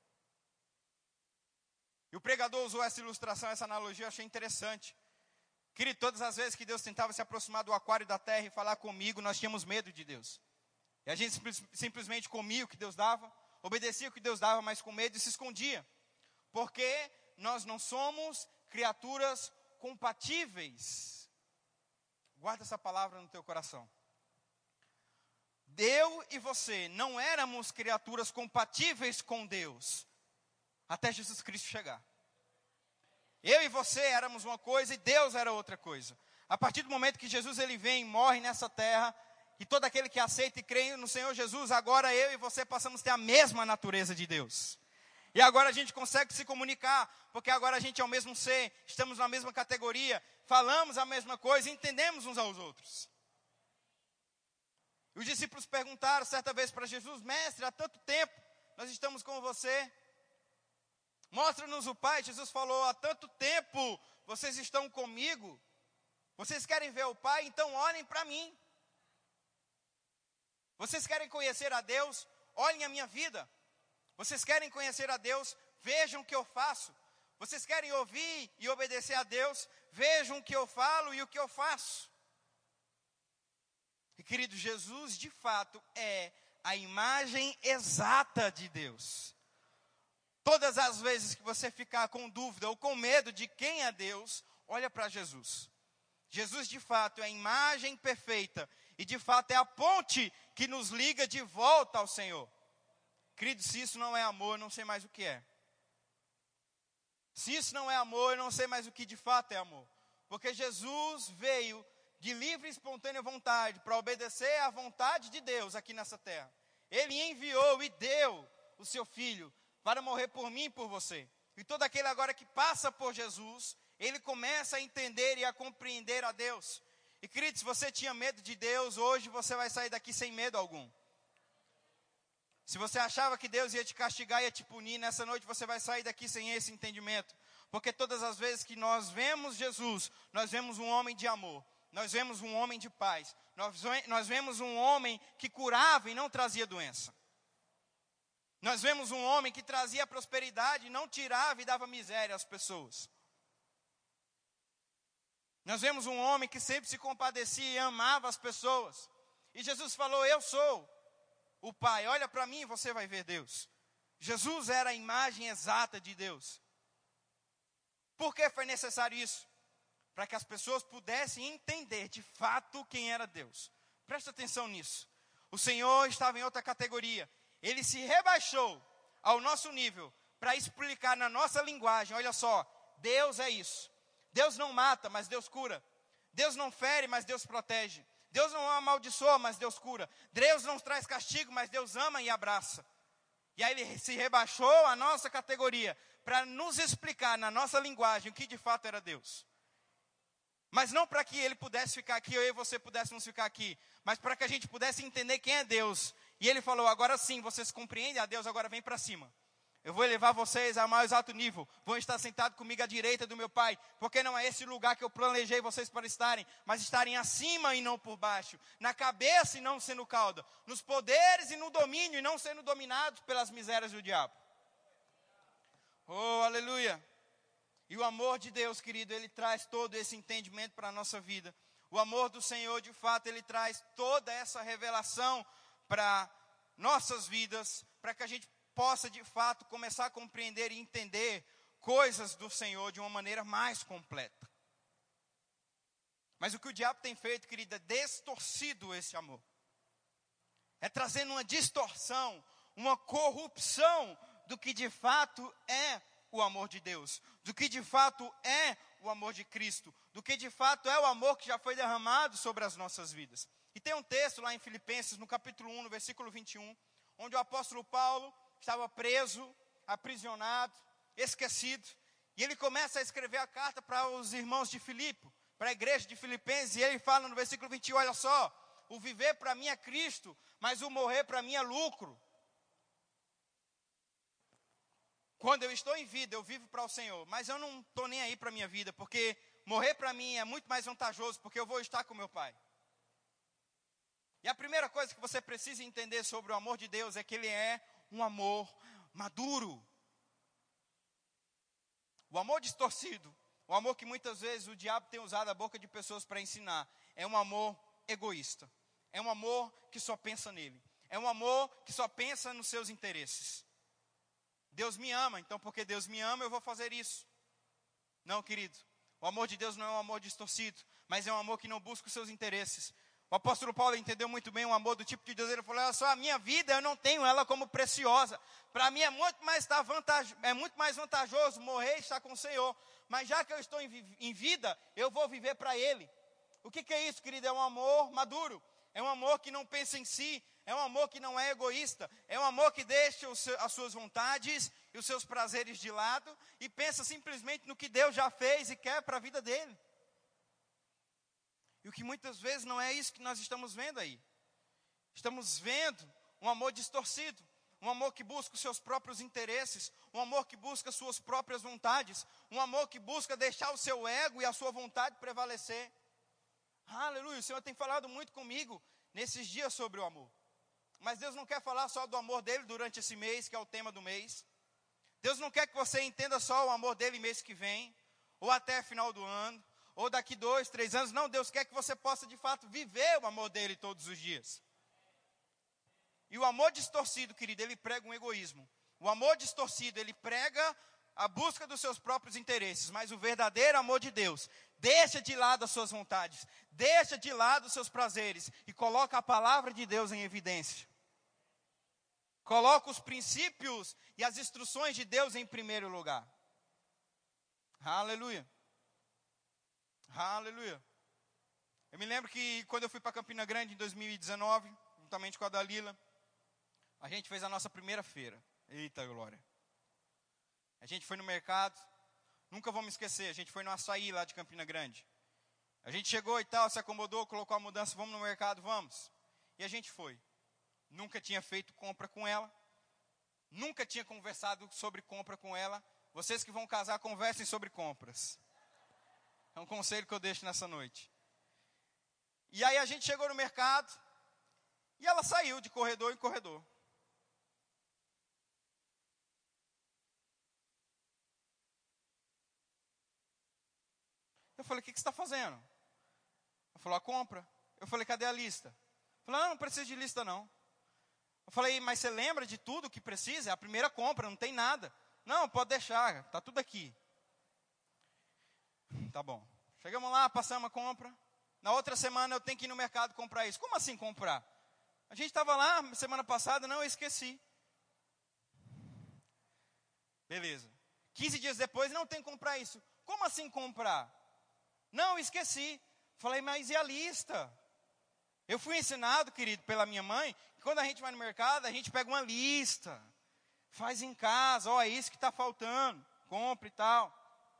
A: E o pregador usou essa ilustração, essa analogia, eu achei interessante. Querido, todas as vezes que Deus tentava se aproximar do aquário da terra e falar comigo, nós tínhamos medo de Deus. E a gente simples, simplesmente comia o que Deus dava, obedecia o que Deus dava, mas com medo e se escondia. Porque nós não somos criaturas compatíveis. Guarda essa palavra no teu coração. Eu e você não éramos criaturas compatíveis com Deus, até Jesus Cristo chegar. Eu e você éramos uma coisa e Deus era outra coisa. A partir do momento que Jesus ele vem e morre nessa terra, e todo aquele que aceita e crê no Senhor Jesus, agora eu e você passamos a ter a mesma natureza de Deus. E agora a gente consegue se comunicar, porque agora a gente é o mesmo ser, estamos na mesma categoria, falamos a mesma coisa e entendemos uns aos outros. E os discípulos perguntaram certa vez para Jesus, mestre, há tanto tempo nós estamos com você. Mostra-nos o Pai. Jesus falou, há tanto tempo vocês estão comigo. Vocês querem ver o Pai? Então olhem para mim. Vocês querem conhecer a Deus? Olhem a minha vida. Vocês querem conhecer a Deus? Vejam o que eu faço. Vocês querem ouvir e obedecer a Deus? Vejam o que eu falo e o que eu faço. E querido, Jesus de fato é a imagem exata de Deus. Todas as vezes que você ficar com dúvida ou com medo de quem é Deus, olha para Jesus. Jesus de fato é a imagem perfeita e de fato é a ponte que nos liga de volta ao Senhor. Querido, se isso não é amor, eu não sei mais o que é. Se isso não é amor, eu não sei mais o que de fato é amor. Porque Jesus veio de livre e espontânea vontade para obedecer à vontade de Deus aqui nessa terra. Ele enviou e deu o seu Filho para morrer por mim e por você. E todo aquele agora que passa por Jesus, ele começa a entender e a compreender a Deus. E querido, se você tinha medo de Deus, hoje você vai sair daqui sem medo algum. Se você achava que Deus ia te castigar, ia te punir, nessa noite você vai sair daqui sem esse entendimento. Porque todas as vezes que nós vemos Jesus, nós vemos um homem de amor. Nós vemos um homem de paz. Nós, nós vemos um homem que curava e não trazia doença. Nós vemos um homem que trazia prosperidade, não tirava e dava miséria às pessoas. Nós vemos um homem que sempre se compadecia e amava as pessoas. E Jesus falou, eu sou o Pai, olha para mim e você vai ver Deus. Jesus era a imagem exata de Deus. Por que foi necessário isso? Para que as pessoas pudessem entender de fato quem era Deus. Presta atenção nisso. O Senhor estava em outra categoria. Ele se rebaixou ao nosso nível para explicar na nossa linguagem, olha só, Deus é isso. Deus não mata, mas Deus cura. Deus não fere, mas Deus protege. Deus não amaldiçoa, mas Deus cura. Deus não traz castigo, mas Deus ama e abraça. E aí ele se rebaixou à nossa categoria para nos explicar na nossa linguagem o que de fato era Deus. Mas não para que ele pudesse ficar aqui, eu e você pudéssemos ficar aqui, mas para que a gente pudesse entender quem é Deus. E ele falou, agora sim, vocês compreendem a Deus, agora vem para cima. Eu vou elevar vocês ao mais alto nível. Vão estar sentados comigo à direita do meu Pai. Porque não é esse lugar que eu planejei vocês para estarem. Mas estarem acima e não por baixo. Na cabeça e não sendo cauda. Nos poderes e no domínio e não sendo dominados pelas misérias do diabo. Oh, aleluia. E o amor de Deus, querido, ele traz todo esse entendimento para a nossa vida. O amor do Senhor, de fato, ele traz toda essa revelação para nossas vidas, para que a gente possa, de fato, começar a compreender e entender coisas do Senhor de uma maneira mais completa. Mas o que o diabo tem feito, querida, é distorcido esse amor. É trazendo uma distorção, uma corrupção do que de fato é o amor de Deus, do que de fato é o amor de Cristo, do que de fato é o amor que já foi derramado sobre as nossas vidas. E tem um texto lá em Filipenses, no capítulo um, no versículo vinte e um, onde o apóstolo Paulo estava preso, aprisionado, esquecido, e ele começa a escrever a carta para os irmãos de Filipe, para a igreja de Filipenses, e ele fala no versículo vinte e um, olha só, o viver para mim é Cristo, mas o morrer para mim é lucro. Quando eu estou em vida, eu vivo para o Senhor, mas eu não estou nem aí para a minha vida, porque morrer para mim é muito mais vantajoso, porque eu vou estar com meu Pai. E a primeira coisa que você precisa entender sobre o amor de Deus é que ele é um amor maduro. O amor distorcido, o amor que muitas vezes o diabo tem usado a boca de pessoas para ensinar, é um amor egoísta. É um amor que só pensa nele. É um amor que só pensa nos seus interesses. Deus me ama, então porque Deus me ama eu vou fazer isso. Não, querido, o amor de Deus não é um amor distorcido, mas é um amor que não busca os seus interesses. O apóstolo Paulo entendeu muito bem o amor do tipo de Deus. Ele falou, olha só, a minha vida eu não tenho ela como preciosa. Para mim é muito, mais tá vantaj... é muito mais vantajoso morrer e estar com o Senhor. Mas já que eu estou em, vi... em vida, eu vou viver para Ele. O que, que é isso, querido? É um amor maduro. É um amor que não pensa em si. É um amor que não é egoísta. É um amor que deixa seu... as suas vontades e os seus prazeres de lado. E pensa simplesmente no que Deus já fez e quer para a vida dele. E o que muitas vezes não é isso que nós estamos vendo aí. Estamos vendo um amor distorcido, um amor que busca os seus próprios interesses, um amor que busca as suas próprias vontades, um amor que busca deixar o seu ego e a sua vontade prevalecer. Aleluia, o Senhor tem falado muito comigo nesses dias sobre o amor. Mas Deus não quer falar só do amor dele durante esse mês, que é o tema do mês. Deus não quer que você entenda só o amor dele mês que vem, ou até final do ano, ou daqui dois, três anos. Não, Deus quer que você possa de fato viver o amor dele todos os dias. E o amor distorcido, querido, ele prega um egoísmo. O amor distorcido, ele prega a busca dos seus próprios interesses. Mas o verdadeiro amor de Deus deixa de lado as suas vontades, deixa de lado os seus prazeres e coloca a palavra de Deus em evidência. Coloca os princípios e as instruções de Deus em primeiro lugar. Aleluia. Aleluia. Eu me lembro que quando eu fui para Campina Grande em dois mil e dezenove, juntamente com a Dalila, a gente fez a nossa primeira feira. Eita glória. A gente foi no mercado, nunca vou me esquecer, a gente foi no Açaí lá de Campina Grande. A gente chegou e tal, se acomodou, colocou a mudança, vamos no mercado, vamos. E a gente foi. Nunca tinha feito compra com ela, nunca tinha conversado sobre compra com ela. Vocês que vão casar, conversem sobre compras. É um conselho que eu deixo nessa noite. E aí a gente chegou no mercado, e ela saiu de corredor em corredor. Eu falei, o que, que você está fazendo? Ela falou, a compra. Eu falei, cadê a lista? Ela falou, não, não precisa de lista não. Eu falei, mas você lembra de tudo que precisa? É a primeira compra, não tem nada. Não, pode deixar, está tudo aqui. Tá bom. Chegamos lá, passamos a compra. Na outra semana eu tenho que ir no mercado comprar isso. Como assim comprar? A gente estava lá semana passada, não, eu esqueci. Beleza. quinze dias depois, não tem que comprar isso. Como assim comprar? Não, esqueci. Falei, mas e a lista? Eu fui ensinado, querido, pela minha mãe, que quando a gente vai no mercado, a gente pega uma lista. Faz em casa, ó, é isso que está faltando. Compre e tal.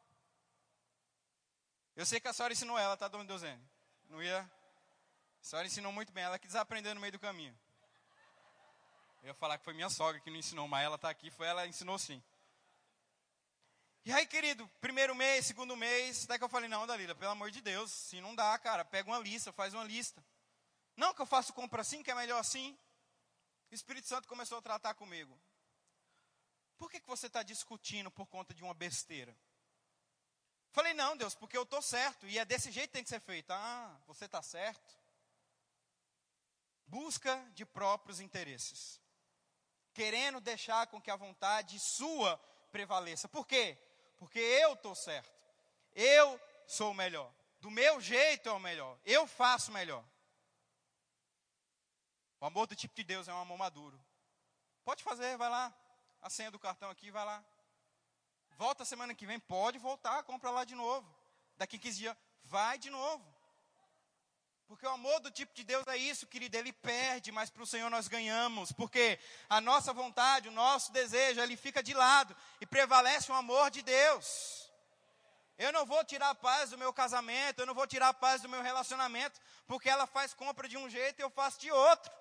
A: Eu sei que a senhora ensinou ela, tá, dona Deusene? Não ia? A senhora ensinou muito bem, ela que desaprendeu no meio do caminho. Eu ia falar que foi minha sogra que não ensinou, mas ela está aqui, foi ela que ensinou sim. E aí, querido, primeiro mês, segundo mês, até que eu falei, não, Dalila, pelo amor de Deus, se não dá, cara, pega uma lista, faz uma lista. Não, que eu faço compra assim, que é melhor assim. O Espírito Santo começou a tratar comigo. Por que, que você está discutindo por conta de uma besteira? Falei, não, Deus, porque eu estou certo, e é desse jeito que tem que ser feito. Ah, você está certo. Busca de próprios interesses. Querendo deixar com que a vontade sua prevaleça. Por quê? Porque eu estou certo. Eu sou o melhor. Do meu jeito é o melhor. Eu faço melhor. O amor do tipo de Deus é um amor maduro. Pode fazer, vai lá. A senha do cartão aqui, vai lá. Volta semana que vem, pode voltar, compra lá de novo. Daqui quinze dias, vai de novo. Porque o amor do tipo de Deus é isso, querido, ele perde, mas para o Senhor nós ganhamos. Porque a nossa vontade, o nosso desejo, ele fica de lado e prevalece o amor de Deus. Eu não vou tirar a paz do meu casamento, eu não vou tirar a paz do meu relacionamento, porque ela faz compra de um jeito e eu faço de outro.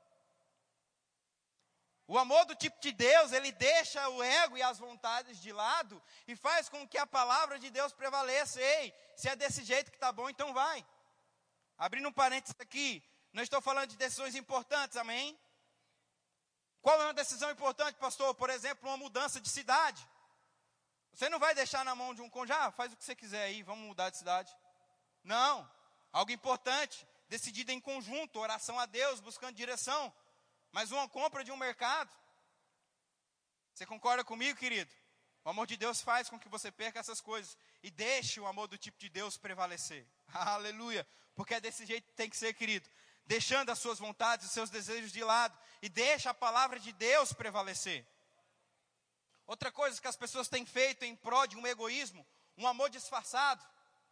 A: O amor do tipo de Deus, ele deixa o ego e as vontades de lado e faz com que a palavra de Deus prevaleça. Ei, se é desse jeito que está bom, então vai. Abrindo um parênteses aqui, não estou falando de decisões importantes, amém? Qual é uma decisão importante, pastor? Por exemplo, uma mudança de cidade. Você não vai deixar na mão de um cônjuge, ah, faz o que você quiser aí, vamos mudar de cidade. Não, algo importante, decidido em conjunto, oração a Deus, buscando direção. Mas uma compra de um mercado, você concorda comigo, querido? O amor de Deus faz com que você perca essas coisas e deixe o amor do tipo de Deus prevalecer. Aleluia, porque é desse jeito que tem que ser, querido. Deixando as suas vontades, os seus desejos de lado e deixa a palavra de Deus prevalecer. Outra coisa que as pessoas têm feito em prol de um egoísmo, um amor disfarçado.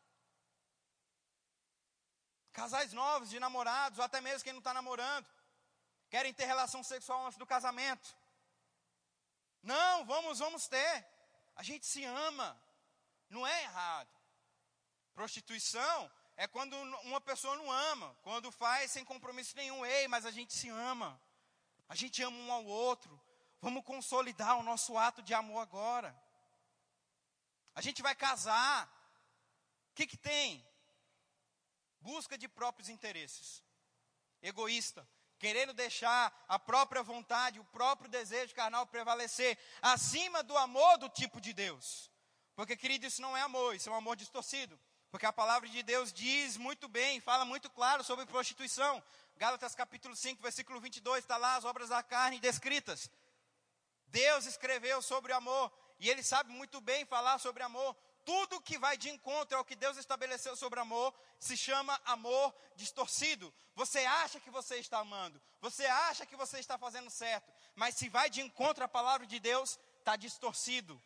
A: Casais novos, de namorados, ou até mesmo quem não está namorando, querem ter relação sexual antes do casamento. Não, vamos, vamos ter. A gente se ama. Não é errado. Prostituição é quando uma pessoa não ama. Quando faz sem compromisso nenhum. Ei, mas a gente se ama. A gente ama um ao outro. Vamos consolidar o nosso ato de amor agora. A gente vai casar. O que que tem? Busca de próprios interesses. Egoísta. Querendo deixar a própria vontade, o próprio desejo carnal prevalecer acima do amor do tipo de Deus. Porque, querido, isso não é amor, isso é um amor distorcido. Porque a palavra de Deus diz muito bem, fala muito claro sobre prostituição. Gálatas capítulo cinco, versículo vinte e dois, está lá as obras da carne descritas. Deus escreveu sobre amor, e Ele sabe muito bem falar sobre amor. Tudo que vai de encontro ao que Deus estabeleceu sobre amor, se chama amor distorcido. Você acha que você está amando, você acha que você está fazendo certo, mas se vai de encontro à palavra de Deus, está distorcido.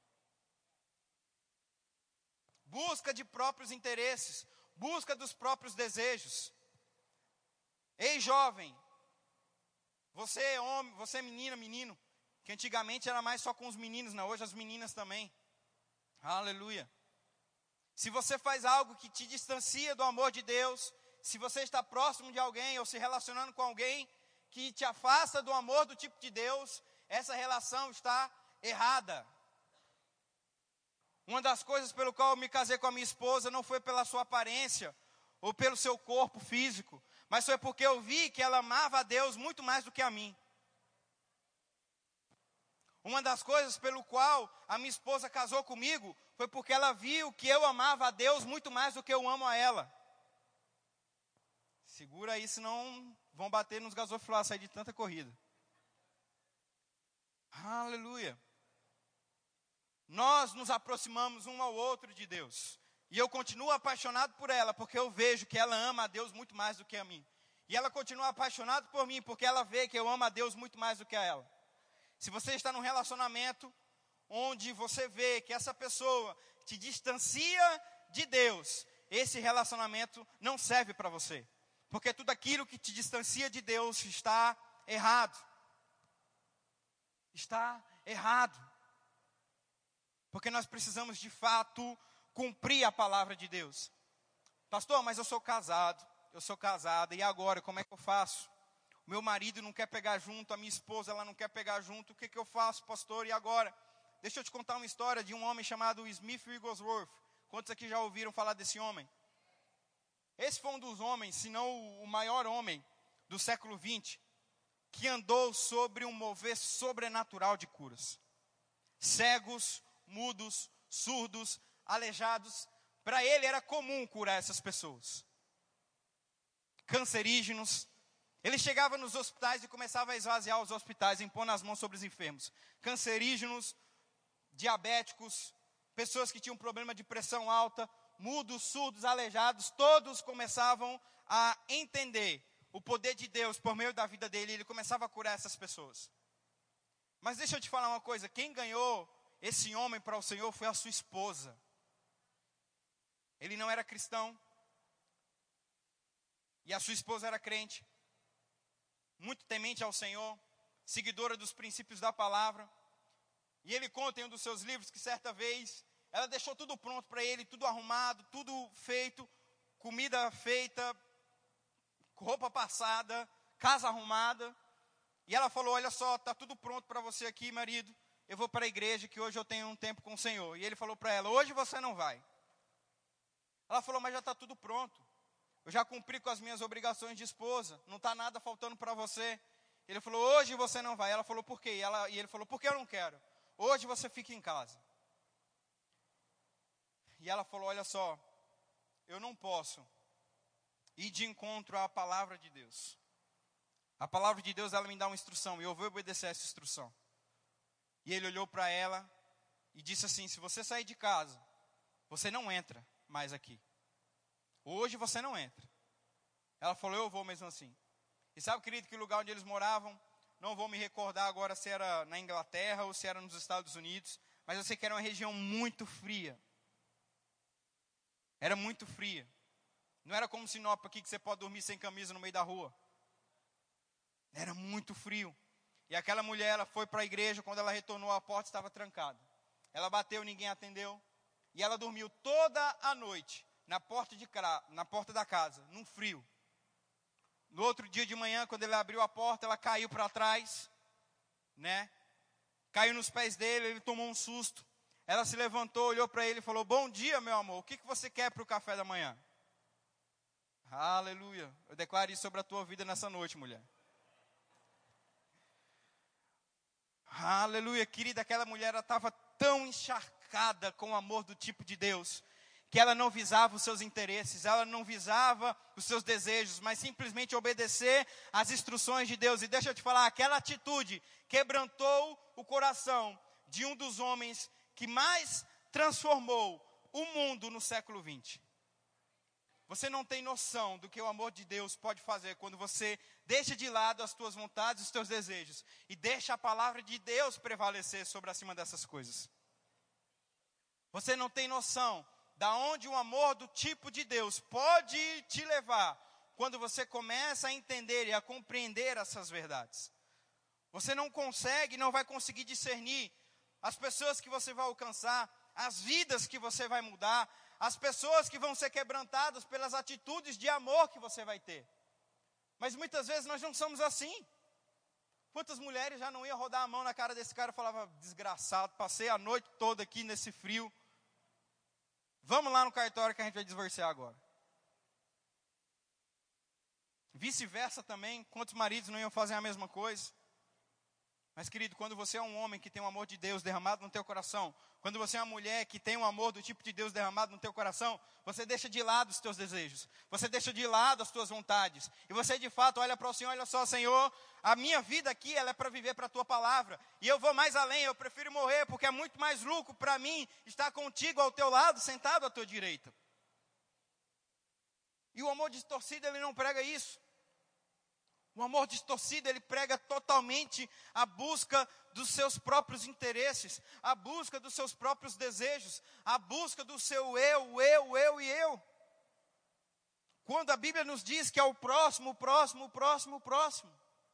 A: Busca de próprios interesses, busca dos próprios desejos. Ei, jovem, você é homem, você é menina, menino, que antigamente era mais só com os meninos, não, hoje as meninas também. Aleluia. Se você faz algo que te distancia do amor de Deus, se você está próximo de alguém ou se relacionando com alguém que te afasta do amor do tipo de Deus, essa relação está errada. Uma das coisas pelo qual eu me casei com a minha esposa não foi pela sua aparência ou pelo seu corpo físico, mas foi porque eu vi que ela amava a Deus muito mais do que a mim. Uma das coisas pelo qual a minha esposa casou comigo foi porque ela viu que eu amava a Deus muito mais do que eu amo a ela. Segura aí, senão vão bater nos gasofilados aí de tanta corrida. Aleluia. Nós nos aproximamos um ao outro de Deus. E eu continuo apaixonado por ela, porque eu vejo que ela ama a Deus muito mais do que a mim. E ela continua apaixonada por mim, porque ela vê que eu amo a Deus muito mais do que a ela. Se você está num relacionamento onde você vê que essa pessoa te distancia de Deus, esse relacionamento não serve para você. Porque tudo aquilo que te distancia de Deus está errado. Está errado. Porque nós precisamos de fato cumprir a palavra de Deus. Pastor, mas eu sou casado, eu sou casada, e agora, como é que eu faço? Meu marido não quer pegar junto, a minha esposa ela não quer pegar junto, o que, que eu faço, pastor, e agora? Deixa eu te contar uma história de um homem chamado Smith Wigglesworth. Quantos aqui já ouviram falar desse homem? Esse foi um dos homens, se não o maior homem do século vinte, que andou sobre um mover sobrenatural de curas. Cegos, mudos, surdos, aleijados, para ele era comum curar essas pessoas. Cancerígenos. Ele chegava nos hospitais e começava a esvaziar os hospitais, impondo as mãos sobre os enfermos. Cancerígenos, diabéticos, pessoas que tinham problema de pressão alta, mudos, surdos, aleijados, todos começavam a entender o poder de Deus por meio da vida dele, e ele começava a curar essas pessoas. Mas deixa eu te falar uma coisa, quem ganhou esse homem para o Senhor foi a sua esposa. Ele não era cristão, e a sua esposa era crente, muito temente ao Senhor, seguidora dos princípios da palavra. E ele conta em um dos seus livros que certa vez ela deixou tudo pronto para ele, tudo arrumado, tudo feito, comida feita, roupa passada, casa arrumada. E ela falou, olha só, está tudo pronto para você aqui, marido. Eu vou para a igreja que hoje eu tenho um tempo com o Senhor. E ele falou para ela, hoje você não vai. Ela falou, mas já está tudo pronto. Eu já cumpri com as minhas obrigações de esposa. Não está nada faltando para você. Ele falou, hoje você não vai. Ela falou, por quê? E, ela, e ele falou, porque eu não quero. Hoje você fica em casa. E ela falou, olha só, eu não posso ir de encontro à palavra de Deus. A palavra de Deus, ela me dá uma instrução, e eu vou obedecer essa instrução. E ele olhou para ela e disse assim, se você sair de casa, você não entra mais aqui. Hoje você não entra. Ela falou, eu vou mesmo assim. E sabe, querido, que o lugar onde eles moravam, não vou me recordar agora se era na Inglaterra ou se era nos Estados Unidos, mas eu sei que era uma região muito fria. Era muito fria. Não era como Sinop aqui, que você pode dormir sem camisa no meio da rua. Era muito frio. E aquela mulher, ela foi para a igreja, quando ela retornou, a porta estava trancada. Ela bateu, ninguém atendeu. E ela dormiu toda a noite na porta, de, na porta da casa, num frio. No outro dia de manhã, quando ele abriu a porta, ela caiu para trás, né? Caiu nos pés dele, ele tomou um susto. Ela se levantou, olhou para ele e falou, bom dia, meu amor, o que, que você quer para o café da manhã? Aleluia. Eu declaro isso sobre a tua vida nessa noite, mulher. Aleluia, querida, aquela mulher, ela estava tão encharcada com o amor do tipo de Deus, que ela não visava os seus interesses, ela não visava os seus desejos, mas simplesmente obedecer às instruções de Deus. E deixa eu te falar, aquela atitude quebrantou o coração de um dos homens que mais transformou o mundo no século vinte. Você não tem noção do que o amor de Deus pode fazer quando você deixa de lado as tuas vontades, os teus desejos, e deixa a palavra de Deus prevalecer sobre acima dessas coisas. Você não tem noção da onde o amor do tipo de Deus pode te levar quando você começa a entender e a compreender essas verdades. Você não consegue, não vai conseguir discernir as pessoas que você vai alcançar, as vidas que você vai mudar, as pessoas que vão ser quebrantadas pelas atitudes de amor que você vai ter. Mas muitas vezes nós não somos assim. Quantas mulheres já não iam rodar a mão na cara desse cara e falavam, desgraçado, passei a noite toda aqui nesse frio. Vamos lá no cartório que a gente vai divorciar agora. Vice-versa também, quantos maridos não iam fazer a mesma coisa? Mas, querido, quando você é um homem que tem o amor de Deus derramado no teu coração, quando você é uma mulher que tem o amor do tipo de Deus derramado no teu coração, você deixa de lado os teus desejos, você deixa de lado as tuas vontades, e você de fato olha para o Senhor, olha só, Senhor, a minha vida aqui, ela é para viver para a tua palavra, e eu vou mais além, eu prefiro morrer, porque é muito mais lucro para mim estar contigo ao teu lado, sentado à tua direita. E o amor distorcido, ele não prega isso. O amor distorcido, ele prega totalmente a busca dos seus próprios interesses, a busca dos seus próprios desejos, a busca do seu eu, eu, eu e eu. Quando a Bíblia nos diz que é o próximo, o próximo, o próximo, o próximo.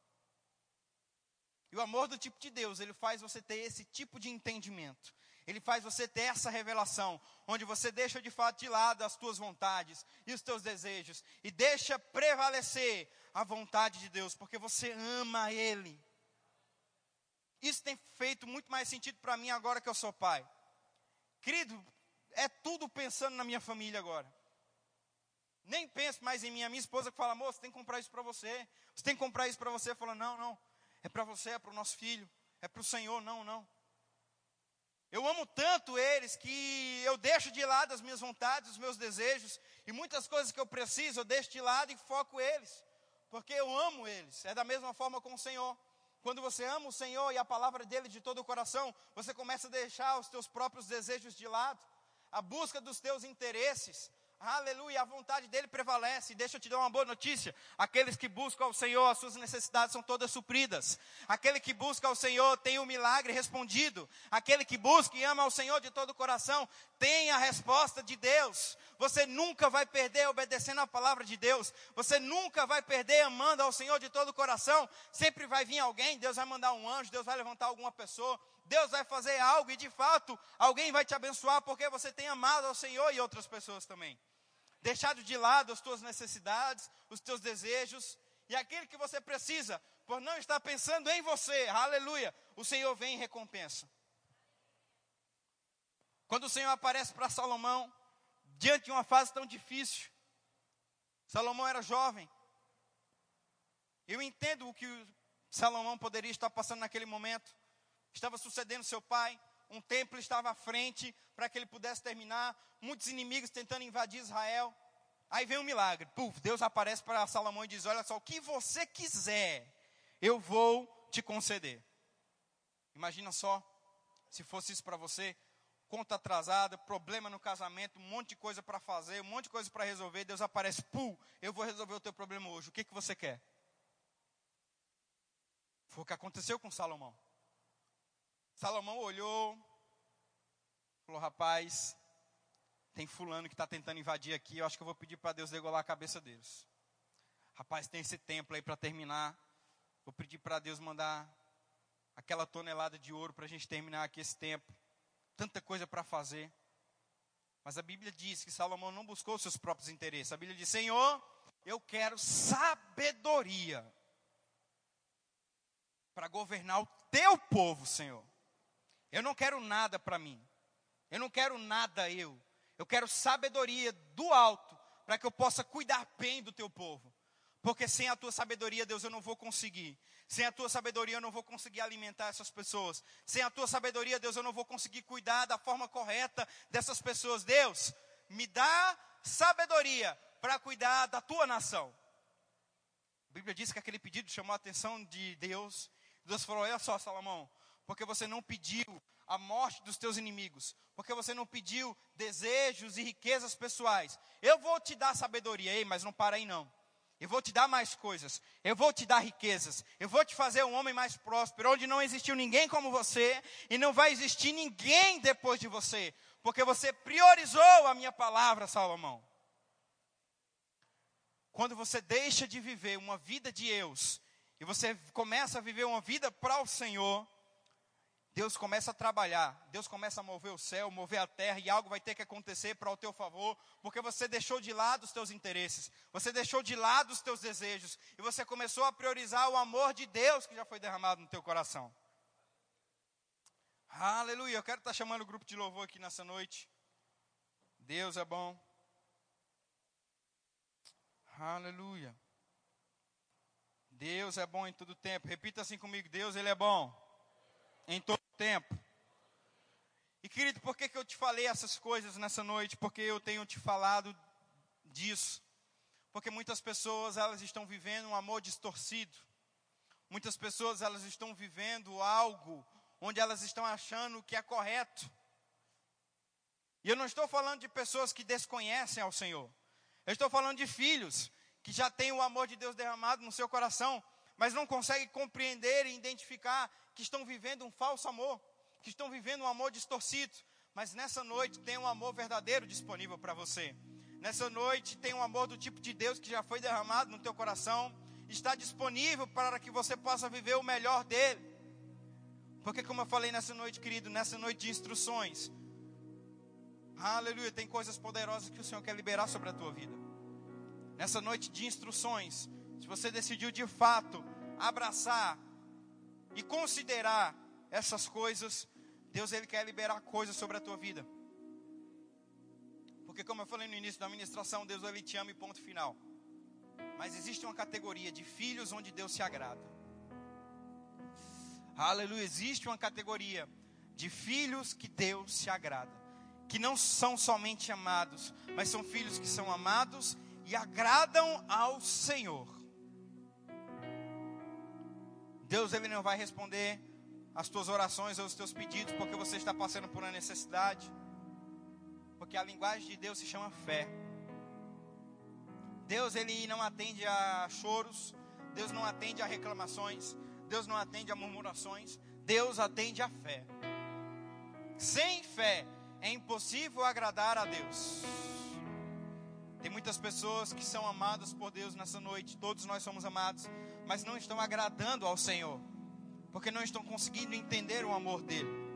A: E o amor do tipo de Deus, ele faz você ter esse tipo de entendimento. Ele faz você ter essa revelação, onde você deixa de fato de lado as tuas vontades e os teus desejos, e deixa prevalecer a vontade de Deus, porque você ama Ele. Isso tem feito muito mais sentido para mim agora que eu sou pai. Querido, é tudo pensando na minha família agora. Nem penso mais em mim. A minha esposa que fala, moço, você tem que comprar isso para você. Você tem que comprar isso para você. Eu falo, não, não, é para você, é para o nosso filho, é para o Senhor, não, não. Eu amo tanto eles que eu deixo de lado as minhas vontades, os meus desejos, e muitas coisas que eu preciso, eu deixo de lado e foco eles, porque eu amo eles. É da mesma forma com o Senhor. Quando você ama o Senhor e a palavra dele de todo o coração, você começa a deixar os teus próprios desejos de lado, a busca dos teus interesses. Aleluia, a vontade dele prevalece. Deixa eu te dar uma boa notícia. Aqueles que buscam ao Senhor, as suas necessidades são todas supridas. Aquele que busca ao Senhor tem o milagre respondido. Aquele que busca e ama ao Senhor de todo o coração tem a resposta de Deus. Você nunca vai perder obedecendo a palavra de Deus. Você nunca vai perder amando ao Senhor de todo o coração. Sempre vai vir alguém, Deus vai mandar um anjo, Deus vai levantar alguma pessoa, Deus vai fazer algo e de fato alguém vai te abençoar porque você tem amado ao Senhor e outras pessoas também. Deixado de lado as tuas necessidades, os teus desejos e aquilo que você precisa, por não estar pensando em você, aleluia, o Senhor vem em recompensa. Quando o Senhor aparece para Salomão, diante de uma fase tão difícil, Salomão era jovem. Eu entendo o que Salomão poderia estar passando naquele momento. Estava sucedendo seu pai, um templo estava à frente para que ele pudesse terminar, muitos inimigos tentando invadir Israel. Aí vem um milagre, puf, Deus aparece para Salomão e diz, olha só, o que você quiser, eu vou te conceder. Imagina só, se fosse isso para você, conta atrasada, problema no casamento, um monte de coisa para fazer, um monte de coisa para resolver, Deus aparece, pum, eu vou resolver o teu problema hoje, o que, que você quer? Foi o que aconteceu com Salomão. Salomão olhou, falou, rapaz, tem fulano que está tentando invadir aqui, eu acho que eu vou pedir para Deus degolar a cabeça deles. Rapaz, tem esse templo aí para terminar, vou pedir para Deus mandar aquela tonelada de ouro para a gente terminar aqui esse templo. Tanta coisa para fazer. Mas a Bíblia diz que Salomão não buscou seus próprios interesses. A Bíblia diz, Senhor, eu quero sabedoria para governar o teu povo, Senhor. Eu não quero nada para mim. Eu não quero nada eu. Eu quero sabedoria do alto para que eu possa cuidar bem do teu povo. Porque sem a tua sabedoria, Deus, eu não vou conseguir. Sem a tua sabedoria, eu não vou conseguir alimentar essas pessoas. Sem a tua sabedoria, Deus, eu não vou conseguir cuidar da forma correta dessas pessoas. Deus, me dá sabedoria para cuidar da tua nação. A Bíblia diz que aquele pedido chamou a atenção de Deus. Deus falou, olha só, Salomão, porque você não pediu a morte dos teus inimigos, porque você não pediu desejos e riquezas pessoais. Eu vou te dar sabedoria, ei, mas não para aí não. Eu vou te dar mais coisas, eu vou te dar riquezas, eu vou te fazer um homem mais próspero, onde não existiu ninguém como você, e não vai existir ninguém depois de você, porque você priorizou a minha palavra, Salomão. Quando você deixa de viver uma vida de Deus, e você começa a viver uma vida para o Senhor, Deus começa a trabalhar, Deus começa a mover o céu, mover a terra, e algo vai ter que acontecer para o teu favor, porque você deixou de lado os teus interesses, você deixou de lado os teus desejos, e você começou a priorizar o amor de Deus que já foi derramado no teu coração. Aleluia, eu quero estar chamando o grupo de louvor aqui nessa noite. Deus é bom. Aleluia. Deus é bom em todo tempo. Repita assim comigo, Deus, Ele é bom em todo tempo. E querido, por que que eu te falei essas coisas nessa noite? Porque eu tenho te falado disso. Porque muitas pessoas, elas estão vivendo um amor distorcido. Muitas pessoas, elas estão vivendo algo onde elas estão achando que é correto. E eu não estou falando de pessoas que desconhecem ao Senhor. Eu estou falando de filhos que já têm o amor de Deus derramado no seu coração, mas não conseguem compreender e identificar que estão vivendo um falso amor, que estão vivendo um amor distorcido. Mas nessa noite tem um amor verdadeiro disponível para você. Nessa noite tem um amor do tipo de Deus que já foi derramado no teu coração, está disponível para que você possa viver o melhor dele. Porque como eu falei nessa noite, querido, nessa noite de instruções, aleluia, tem coisas poderosas que o Senhor quer liberar sobre a tua vida. Nessa noite de instruções, se você decidiu de fato abraçar e considerar essas coisas, Deus, Ele quer liberar coisas sobre a tua vida. Porque como eu falei no início da ministração, Deus, Ele te ama e ponto final. Mas existe uma categoria de filhos onde Deus se agrada. Aleluia, existe uma categoria de filhos que Deus se agrada. Que não são somente amados, mas são filhos que são amados e agradam ao Senhor. Deus, Ele não vai responder as tuas orações ou os teus pedidos porque você está passando por uma necessidade. Porque a linguagem de Deus se chama fé. Deus, Ele não atende a choros. Deus não atende a reclamações. Deus não atende a murmurações. Deus atende a fé. Sem fé é impossível agradar a Deus. Tem muitas pessoas que são amadas por Deus nessa noite. Todos nós somos amados, mas não estão agradando ao Senhor, porque não estão conseguindo entender o amor dele.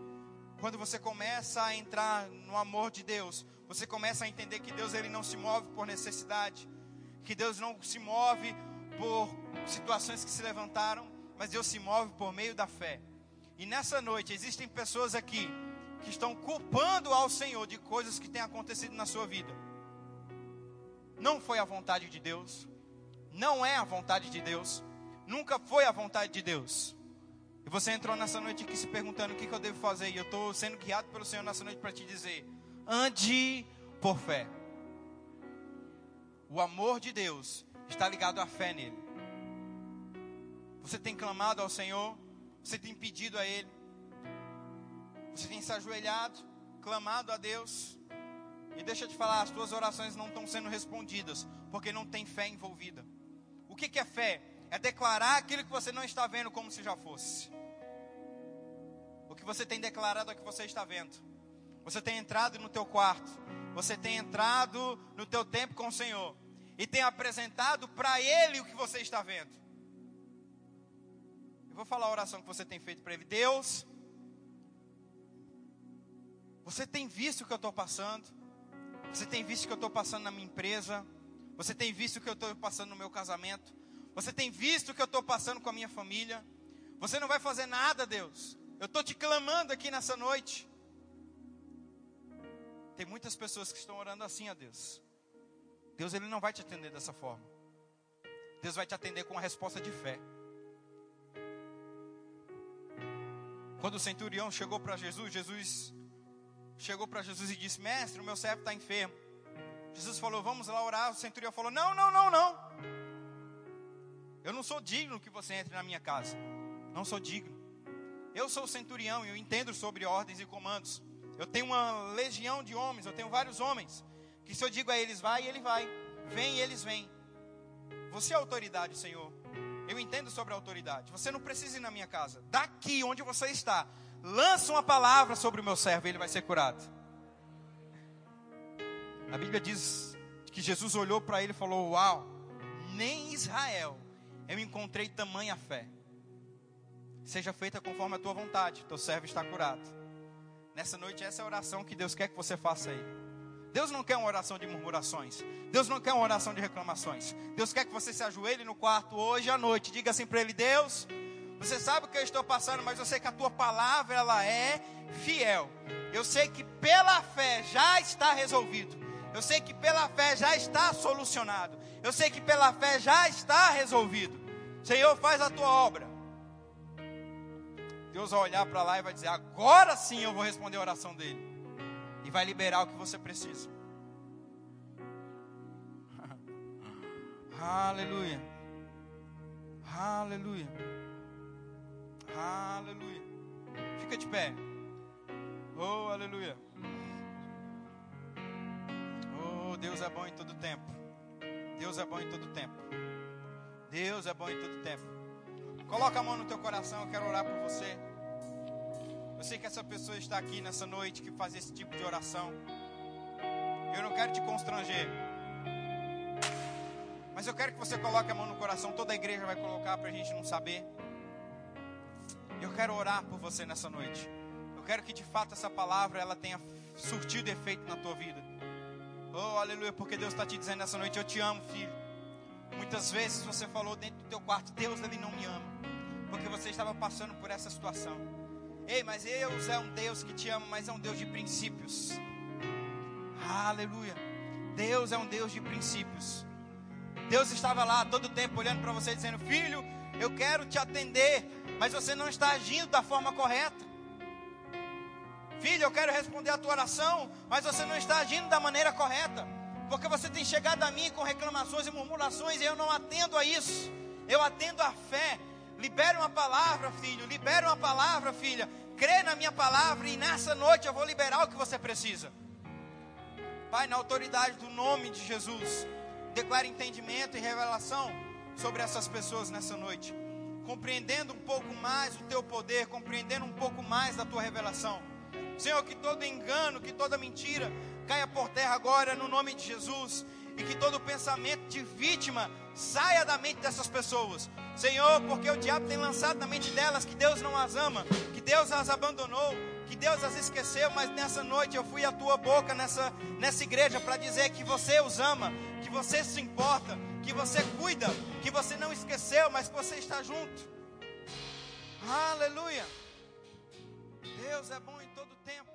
A: quando você começa a entrar no amor de Deus, você começa a entender que Deus ele não se move por necessidade, que Deus não se move por situações que se levantaram, mas Deus se move por meio da fé. E nessa noite existem pessoas aqui que estão culpando ao Senhor de coisas que têm acontecido na sua vida. Não foi a vontade de Deus, não é a vontade de Deus, nunca foi a vontade de Deus. E você entrou nessa noite aqui se perguntando o que, que eu devo fazer, e eu estou sendo guiado pelo Senhor nessa noite para te dizer: ande por fé. O amor de Deus está ligado à fé nele. Você tem clamado ao Senhor, você tem pedido a Ele, você tem se ajoelhado, clamado a Deus. E deixa eu te falar, as tuas orações não estão sendo respondidas, porque não tem fé envolvida. O que, que é fé? É declarar aquilo que você não está vendo como se já fosse. O que você tem declarado é o que você está vendo. Você tem entrado no teu quarto, você tem entrado no teu tempo com o Senhor, e tem apresentado para Ele o que você está vendo. Eu vou falar a oração que você tem feito para Ele. Deus, você tem visto o que eu estou passando? Você tem visto o que eu estou passando na minha empresa? Você tem visto o que eu estou passando no meu casamento? Você tem visto o que eu estou passando com a minha família? Você não vai fazer nada, Deus. Eu estou te clamando aqui nessa noite. Tem muitas pessoas que estão orando assim a Deus. Deus ele não vai te atender dessa forma. Deus vai te atender com uma resposta de fé. Quando o centurião chegou para Jesus, Jesus chegou para Jesus e disse: mestre, o meu servo está enfermo. Jesus falou: vamos lá orar. O centurião falou: não, não, não, não. Eu não sou digno que você entre na minha casa. Não sou digno. Eu sou o centurião e eu entendo sobre ordens e comandos. Eu tenho uma legião de homens, eu tenho vários homens, que se eu digo a eles vai, ele vai. Vem, eles vêm. Você é autoridade, Senhor. Eu entendo sobre a autoridade. Você não precisa ir na minha casa. Daqui onde você está, lança uma palavra sobre o meu servo e ele vai ser curado. A Bíblia diz que Jesus olhou para ele e falou: uau, nem em Israel eu encontrei tamanha fé. Seja feita conforme a tua vontade, teu servo está curado. Nessa noite, essa é a oração que Deus quer que você faça aí. Deus não quer uma oração de murmurações. Deus não quer uma oração de reclamações. Deus quer que você se ajoelhe no quarto hoje à noite. Diga assim para Ele: Deus, você sabe o que eu estou passando, mas eu sei que a tua palavra ela é fiel. Eu sei que pela fé já está resolvido. Eu sei que pela fé já está solucionado. Eu sei que pela fé já está resolvido. Senhor, faz a tua obra. Deus vai olhar para lá e vai dizer: agora sim eu vou responder a oração dele. E vai liberar o que você precisa. Aleluia. Aleluia. Aleluia. Fica de pé. Oh, aleluia. Oh, Deus é bom em todo tempo. Deus é bom em todo tempo. Deus é bom em todo tempo. Coloca a mão no teu coração, eu quero orar por você. Eu sei que essa pessoa está aqui nessa noite que faz esse tipo de oração. Eu não quero te constranger, mas eu quero que você coloque a mão no coração. Toda a igreja vai colocar para a gente não saber. Eu quero orar por você nessa noite. Eu quero que de fato essa palavra ela tenha surtido efeito na tua vida. Oh, aleluia, porque Deus está te dizendo nessa noite: eu te amo, filho. Muitas vezes você falou dentro do teu quarto: Deus, Ele não me ama, porque você estava passando por essa situação. Ei, mas Deus é um Deus que te ama, mas é um Deus de princípios. Aleluia. Deus é um Deus de princípios. Deus estava lá todo o tempo olhando para você dizendo: filho, eu quero te atender, mas você não está agindo da forma correta. Filho, eu quero responder a tua oração, mas você não está agindo da maneira correta. Porque você tem chegado a mim com reclamações e murmurações e eu não atendo a isso. Eu atendo a fé. Libere uma palavra, filho. Libere uma palavra, filha. Crê na minha palavra e nessa noite eu vou liberar o que você precisa. Pai, na autoridade do nome de Jesus, declare entendimento e revelação sobre essas pessoas nessa noite. Compreendendo um pouco mais o teu poder, compreendendo um pouco mais da tua revelação. Senhor, que todo engano, que toda mentira caia por terra agora no nome de Jesus. E que todo pensamento de vítima saia da mente dessas pessoas. Senhor, porque o diabo tem lançado na mente delas que Deus não as ama, que Deus as abandonou, que Deus as esqueceu. Mas nessa noite eu fui a tua boca nessa, nessa igreja para dizer que você os ama, que você se importa, que você cuida, que você não esqueceu, mas que você está junto. Aleluia. Deus é bom em todo tempo.